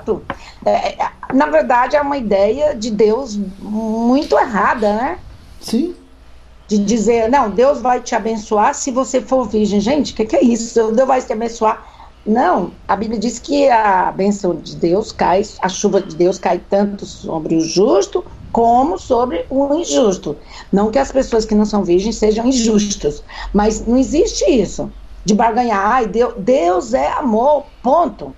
Na verdade, é uma ideia de Deus muito errada, né? Sim. De dizer, não, Deus vai te abençoar se você for virgem. Gente, o que é isso? Deus vai te abençoar. Não, a Bíblia diz que a bênção de Deus cai, a chuva de Deus cai tanto sobre o justo como sobre o injusto. Não que as pessoas que não são virgens sejam injustas, mas não existe isso de barganhar. Ai, Deus é amor, ponto.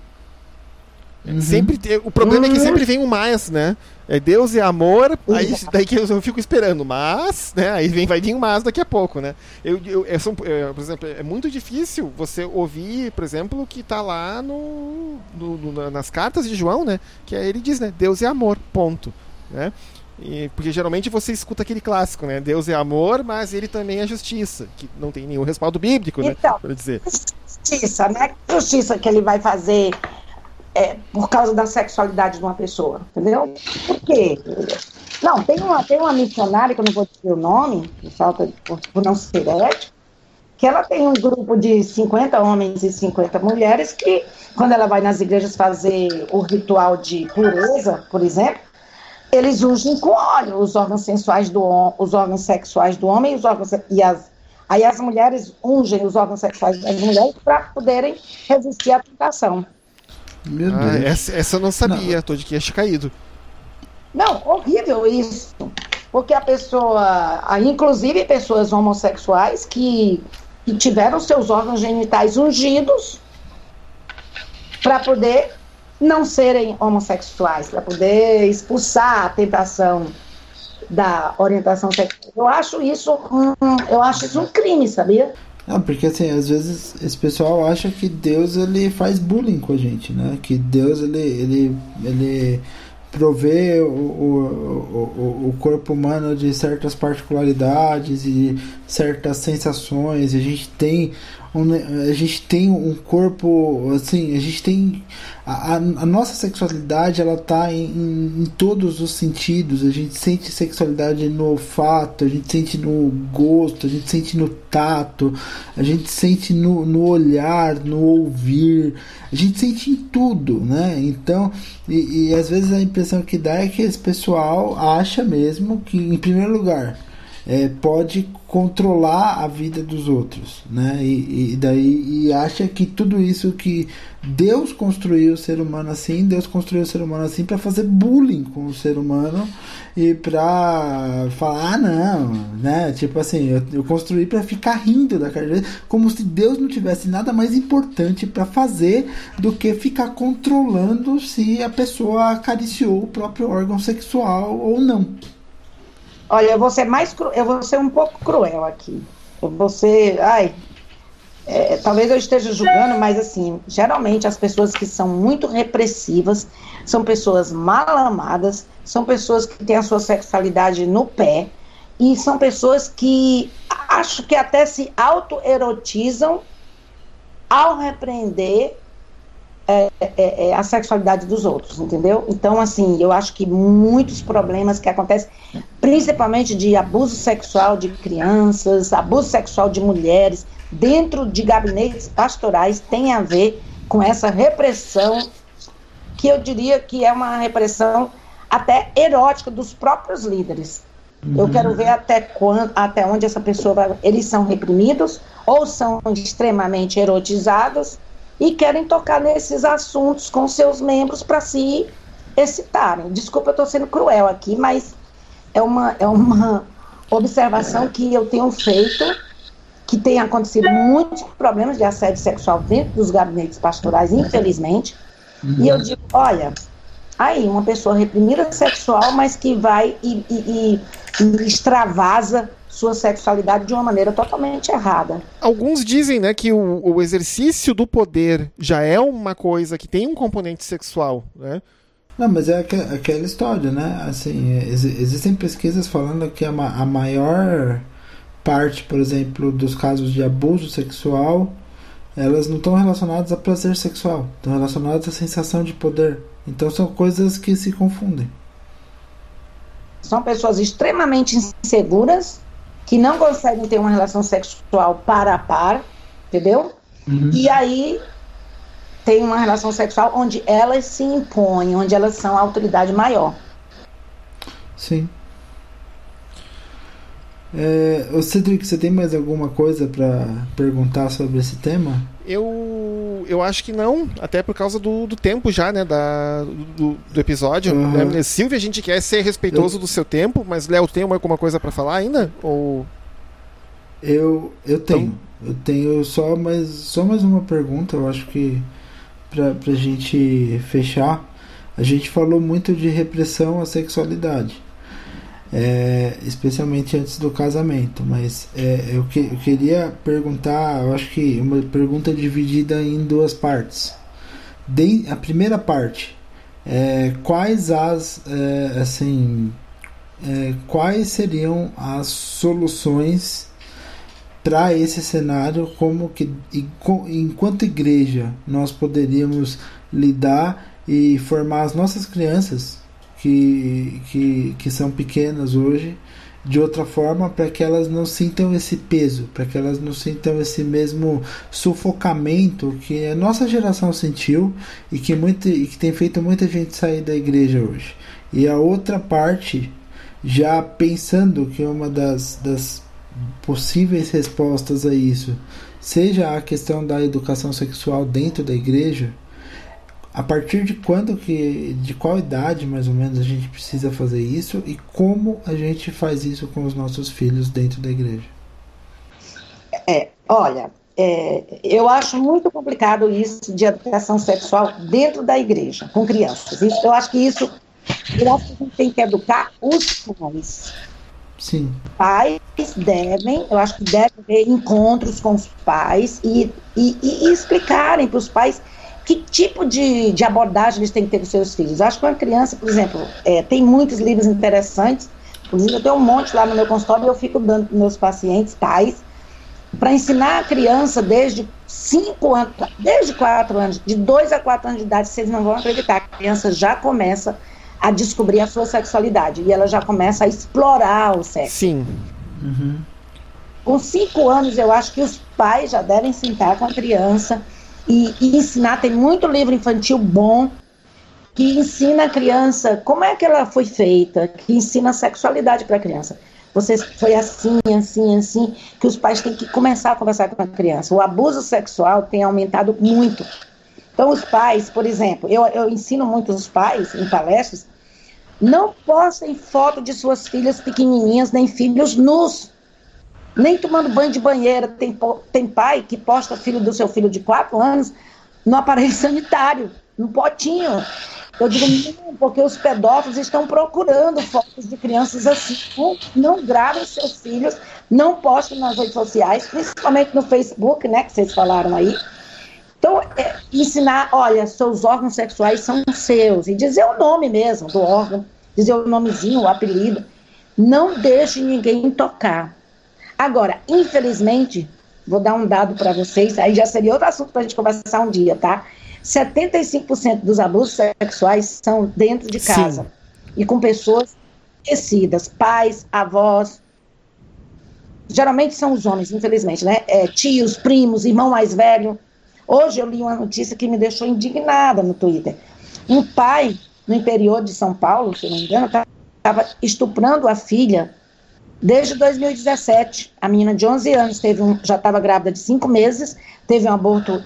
Sempre o problema é que sempre vem um mais, né? Deus é amor, aí daí que eu fico esperando, mas, né? Aí vai vir um mas daqui a pouco, né? Por exemplo, é muito difícil você ouvir, por exemplo, o que tá lá nas cartas de João, né? Que ele diz, né? Deus é amor, ponto, né? Porque geralmente você escuta aquele clássico, né? Deus é amor, mas ele também é justiça, que não tem nenhum respaldo bíblico, né? Então, para dizer. Justiça, né? Justiça que ele vai fazer por causa da sexualidade de uma pessoa, entendeu? Por quê? Não, tem uma missionária, que eu não vou dizer o nome, por não ser ético, que ela tem um grupo de 50 homens e 50 mulheres que, quando ela vai nas igrejas fazer o ritual de pureza, por exemplo, eles ungem com óleo os órgãos sensuais os órgãos sexuais do homem aí as mulheres ungem os órgãos sexuais das mulheres para poderem resistir à tentação. Meu Deus. Essa eu não sabia, tô de queixo caído. Não, horrível isso. Porque a pessoa, inclusive pessoas homossexuais que tiveram seus órgãos genitais ungidos para poder não serem homossexuais, para poder expulsar a tentação da orientação sexual. Eu acho isso um crime, sabia? Não, porque assim, às vezes esse pessoal acha que Deus ele faz bullying com a gente, né? Que Deus ele provê o corpo humano de certas particularidades e certas sensações. A gente tem um corpo, assim, a gente tem a nossa sexualidade, ela tá em todos os sentidos. A gente sente sexualidade no olfato, a gente sente no gosto, a gente sente no tato, a gente sente no olhar, no ouvir, a gente sente em tudo, né? Então, e às vezes a impressão que dá é que esse pessoal acha mesmo que, em primeiro lugar, pode controlar a vida dos outros, né? E acha que tudo isso que Deus construiu o ser humano assim, para fazer bullying com o ser humano e para falar, não, né? Tipo assim, eu construí para ficar rindo da cara dele, como se Deus não tivesse nada mais importante para fazer do que ficar controlando se a pessoa acariciou o próprio órgão sexual ou não. Olha, eu vou ser um pouco cruel aqui. Talvez eu esteja julgando, mas assim, geralmente as pessoas que são muito repressivas são pessoas mal amadas, são pessoas que têm a sua sexualidade no pé e são pessoas que acho que até se autoerotizam ao repreender a sexualidade dos outros, entendeu? Então, assim, eu acho que muitos problemas que acontecem, principalmente de abuso sexual de crianças, abuso sexual de mulheres, dentro de gabinetes pastorais, tem a ver com essa repressão, que eu diria que é uma repressão até erótica dos próprios líderes. Eu quero ver até onde essa pessoa vai. Eles são reprimidos ou são extremamente erotizados e querem tocar nesses assuntos com seus membros para se excitarem. Desculpa, eu estou sendo cruel aqui, mas é uma observação que eu tenho feito, que tem acontecido muitos problemas de assédio sexual dentro dos gabinetes pastorais, infelizmente. E eu digo, olha, aí uma pessoa reprimida sexual, mas que vai e extravasa sua sexualidade de uma maneira totalmente errada. Alguns dizem, né, que o exercício do poder já é uma coisa que tem um componente sexual, né? Não, mas é aquela história, né? Assim, existem pesquisas falando que a maior parte, por exemplo, dos casos de abuso sexual, elas não estão relacionadas a prazer sexual, estão relacionadas à sensação de poder. Então são coisas que se confundem. São pessoas extremamente inseguras, que não conseguem ter uma relação sexual par a par, entendeu? E aí tem uma relação sexual onde elas se impõem, onde elas são a autoridade maior. Sim. Cedric, você tem mais alguma coisa para perguntar sobre esse tema? Eu acho que não, até por causa do tempo já, né, do episódio. Silvia, a gente quer ser respeitoso do seu tempo, mas Léo, tem alguma coisa para falar ainda? Ou... Eu tenho. Eu tenho só mais uma pergunta, eu acho que pra gente fechar. A gente falou muito de repressão à sexualidade, especialmente antes do casamento, mas eu queria perguntar, eu acho que uma pergunta dividida em duas partes. A primeira parte, quais seriam as soluções para esse cenário, como que enquanto igreja nós poderíamos lidar e formar as nossas crianças que são pequenas hoje de outra forma, para que elas não sintam esse peso, para que elas não sintam esse mesmo sufocamento que a nossa geração sentiu e que tem feito muita gente sair da igreja hoje. E a outra parte, já pensando que uma das possíveis respostas a isso seja a questão da educação sexual dentro da igreja, a partir de de qual idade mais ou menos a gente precisa fazer isso e como a gente faz isso com os nossos filhos dentro da igreja? Olha, eu acho muito complicado isso de educação sexual dentro da igreja, com crianças. Eu acho que a gente tem que educar os pais. Sim. Pais eu acho que devem ter encontros com os pais e explicarem para os pais que tipo de abordagem eles têm que ter com seus filhos. Acho que uma criança, por exemplo, tem muitos livros interessantes, inclusive eu tenho um monte lá no meu consultório e eu fico dando para meus pacientes, pais, para ensinar a criança desde 4 anos, de 2 a 4 anos de idade, vocês não vão acreditar, a criança já começa a descobrir a sua sexualidade e ela já começa a explorar o sexo. Sim. Com 5 anos, eu acho que os pais já devem sentar com a criança e ensinar. Tem muito livro infantil bom que ensina a criança como é que ela foi feita, que ensina a sexualidade para a criança. Você foi assim, que os pais têm que começar a conversar com a criança. O abuso sexual tem aumentado muito. Então, os pais, por exemplo, eu ensino muito os pais em palestras, não postem foto de suas filhas pequenininhas, nem filhos nus, nem tomando banho de banheira. Tem pai que posta filho do seu filho de 4 anos no aparelho sanitário, no potinho. Eu digo, não, porque os pedófilos estão procurando fotos de crianças assim. Não gravem seus filhos, não postem nas redes sociais, principalmente no Facebook, né, que vocês falaram aí. Então, ensinar, olha, seus órgãos sexuais são seus, e dizer o nome mesmo do órgão, dizer o nomezinho, o apelido. Não deixe ninguém tocar. Agora, infelizmente, vou dar um dado para vocês, aí já seria outro assunto para a gente conversar um dia, tá? 75% dos abusos sexuais são dentro de casa. Sim. E com pessoas conhecidas, pais, avós. Geralmente são os homens, infelizmente, né? Tios, primos, irmão mais velho. Hoje eu li uma notícia que me deixou indignada no Twitter. Um pai no interior de São Paulo, se não me engano, estava estuprando a filha desde 2017. A menina de 11 anos já estava grávida de 5 meses, teve um aborto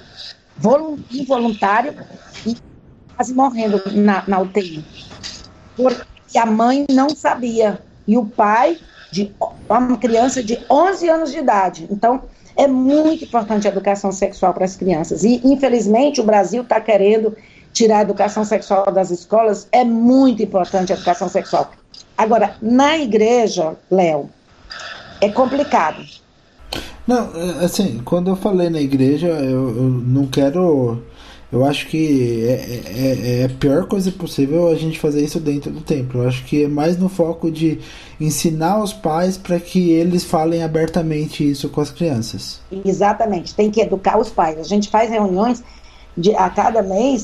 involuntário e quase morrendo na UTI. Porque a mãe não sabia. E o pai, uma criança de 11 anos de idade. Então, é muito importante a educação sexual para as crianças. E, infelizmente, o Brasil está querendo tirar a educação sexual das escolas. É muito importante a educação sexual. Agora, na igreja, Léo, é complicado. Não, assim, quando eu falei na igreja, eu não quero... Eu acho que é a pior coisa possível a gente fazer isso dentro do templo. Eu acho que é mais no foco de ensinar os pais para que eles falem abertamente isso com as crianças. Exatamente, tem que educar os pais. A gente faz reuniões a cada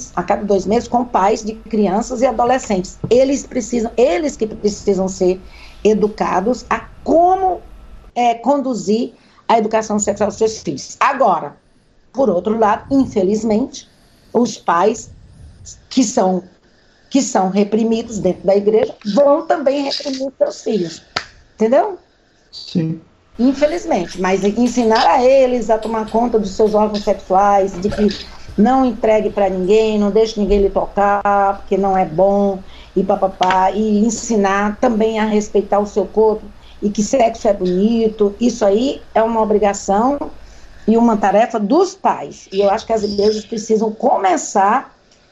2 meses, com pais de crianças e adolescentes. Eles que precisam ser educados a como conduzir a educação sexual dos seus filhos. Agora, por outro lado, infelizmente, os pais que são reprimidos dentro da igreja vão também reprimir seus filhos. Entendeu? Sim. Infelizmente. Mas ensinar a eles a tomar conta dos seus órgãos sexuais, de que não entregue para ninguém, não deixe ninguém lhe tocar, porque não é bom, e papapá, e ensinar também a respeitar o seu corpo, e que sexo é bonito. Isso aí é uma obrigação e uma tarefa dos pais. E eu acho que as igrejas precisam começar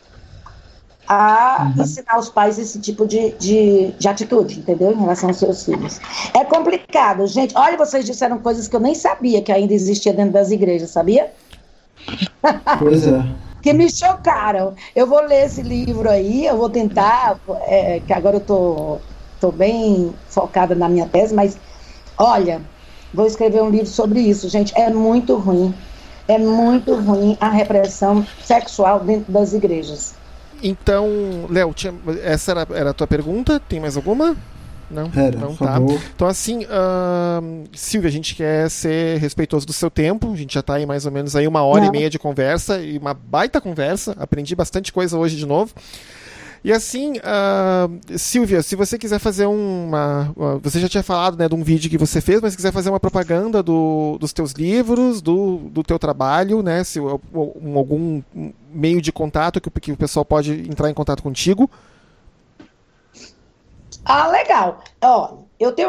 a ensinar os pais esse tipo de atitude, entendeu? Em relação aos seus filhos. É complicado, gente. Olha, vocês disseram coisas que eu nem sabia que ainda existia dentro das igrejas, sabia? Pois é. Que me chocaram. Eu vou ler esse livro aí, eu vou tentar, que agora eu tô bem focada na minha tese, mas, olha... Vou escrever um livro sobre isso, gente. É muito ruim a repressão sexual dentro das igrejas. Então, Léo, essa era a tua pergunta? Tem mais alguma? Não? Era, não, tá. Então, assim, Silvia, a gente quer ser respeitoso do seu tempo. A gente já está aí mais ou menos aí 1h30 de conversa, e uma baita conversa. Aprendi bastante coisa hoje de novo. E assim, Silvia, se você quiser fazer você já tinha falado, né, de um vídeo que você fez, mas se quiser fazer uma propaganda dos teus livros, do teu trabalho, né, se algum meio de contato que o pessoal pode entrar em contato contigo. Legal. Eu tenho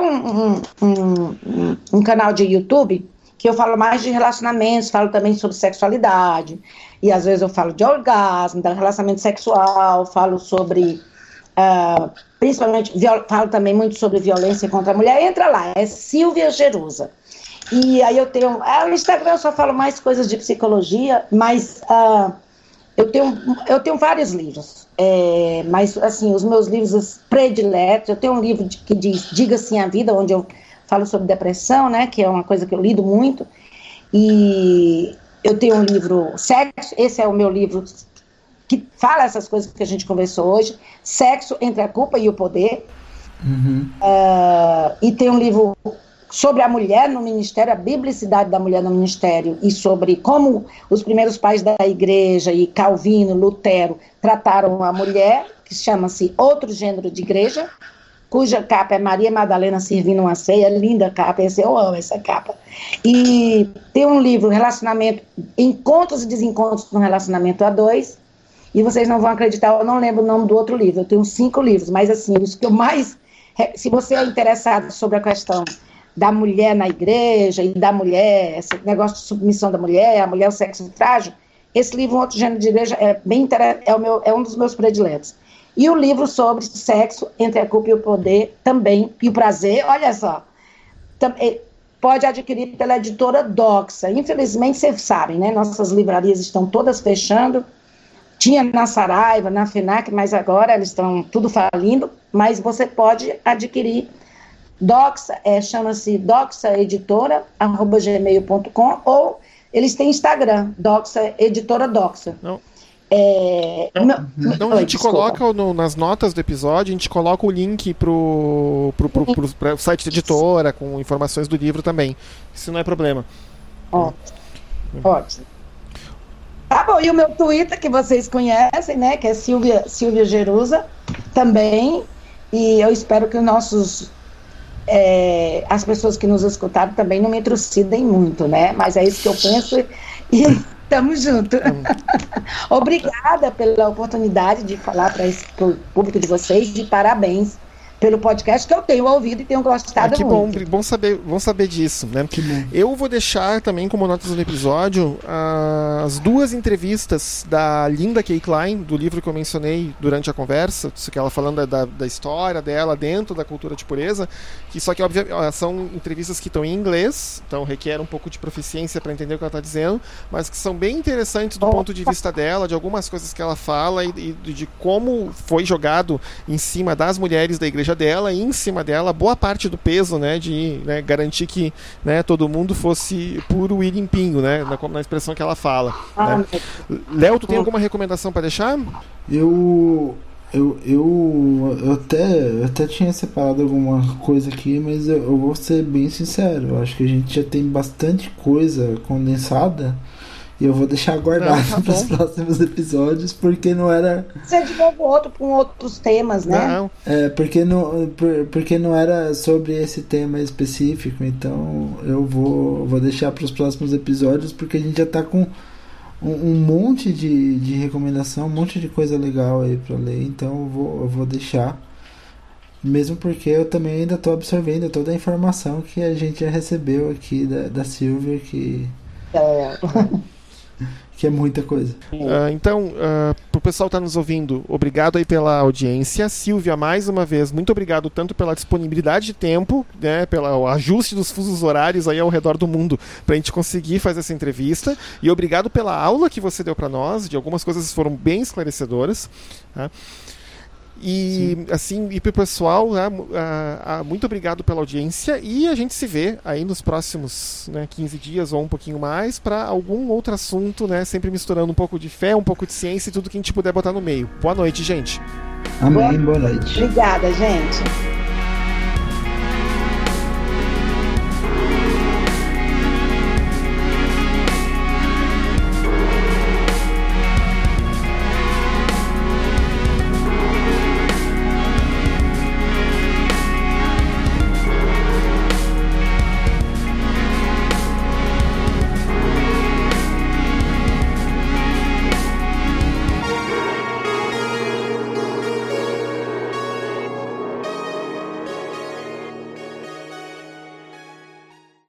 um canal de YouTube que eu falo mais de relacionamentos, falo também sobre sexualidade, e às vezes eu falo de orgasmo, de relacionamento sexual, falo sobre, principalmente, falo também muito sobre violência contra a mulher. Entra lá, é Silvia Jerusa. E aí eu tenho, no Instagram eu só falo mais coisas de psicologia, mas eu tenho vários livros, mas assim, os meus livros prediletos, eu tenho um livro que diz Diga Sim à Vida, onde eu falo sobre depressão, né, que é uma coisa que eu lido muito, e eu tenho um livro Sexo, esse é o meu livro que fala essas coisas que a gente conversou hoje, Sexo entre a Culpa e o Poder, e tem um livro sobre a mulher no ministério, a biblicidade da mulher no ministério, e sobre como os primeiros pais da igreja, e Calvino, Lutero, trataram a mulher, que chama-se Outro Gênero de Igreja, cuja capa é Maria Madalena servindo uma ceia, linda capa, eu amo essa capa. E tem um livro, Relacionamento, Encontros e Desencontros no Relacionamento a Dois, e vocês não vão acreditar, eu não lembro o nome do outro livro, eu tenho 5 livros, mas assim, os que eu mais, se você é interessado sobre a questão da mulher na igreja, e da mulher, esse negócio de submissão da mulher, a mulher, o sexo frágil, esse livro, Outro Gênero de Igreja, é bem interessante, é um dos meus prediletos. E o livro sobre sexo entre a culpa e o poder também, e o prazer, olha só, pode adquirir pela editora Doxa. Infelizmente, vocês sabem, né? Nossas livrarias estão todas fechando. Tinha na Saraiva, na FENAC, mas agora eles estão tudo falindo. Mas você pode adquirir Doxa, chama-se doxaeditora@gmail.com, ou eles têm Instagram, Doxa, Editora Doxa. Não. Então a gente coloca nas notas do episódio, a gente coloca o link pro site da editora, com informações do livro também. Isso não é problema. Ótimo. Tá bom, e o meu Twitter, que vocês conhecem, né? Que é Silvia Jerusa, também. E eu espero que as pessoas que nos escutaram também não me trucidem muito, né? Mas é isso que eu penso e tamo junto. Obrigada pela oportunidade de falar para o público de vocês, e parabéns pelo podcast, que eu tenho ouvido e tenho gostado muito. Que bom saber disso, né? Eu vou deixar também como notas do episódio as 2 entrevistas da Linda K. Klein, do livro que eu mencionei durante a conversa, que ela falando da história dela dentro da cultura de pureza, que só que obviamente são entrevistas que estão em inglês, então requer um pouco de proficiência para entender o que ela está dizendo, mas que são bem interessantes do ponto de vista dela, de algumas coisas que ela fala e de como foi jogado em cima das mulheres da igreja dela, e em cima dela boa parte do peso, né, de garantir que, né, todo mundo fosse puro e limpinho, né, na expressão que ela fala, né. Léo, tu tem alguma recomendação para deixar? Eu até tinha separado alguma coisa aqui, mas eu vou ser bem sincero, eu acho que a gente já tem bastante coisa condensada. E eu vou deixar guardado para os próximos episódios, porque não era... Você de novo outro com outros temas, né? Não. Porque não era sobre esse tema específico, então eu vou deixar para os próximos episódios, porque a gente já está com um monte de recomendação, um monte de coisa legal aí para ler, então eu vou deixar. Mesmo porque eu também ainda estou absorvendo toda a informação que a gente já recebeu aqui da Silvia, que é muita coisa. Então, pro pessoal que está nos ouvindo, obrigado aí pela audiência. Silvia, mais uma vez, muito obrigado tanto pela disponibilidade de tempo, né, pelo ajuste dos fusos horários aí ao redor do mundo para a gente conseguir fazer essa entrevista, e obrigado pela aula que você deu para nós, de algumas coisas que foram bem esclarecedoras, tá? E assim, e pro pessoal, né, muito obrigado pela audiência, e a gente se vê aí nos próximos, né, 15 dias ou um pouquinho mais para algum outro assunto, né, sempre misturando um pouco de fé, um pouco de ciência e tudo que a gente puder botar no meio. Boa noite, gente. Amém, boa noite. Obrigada, gente.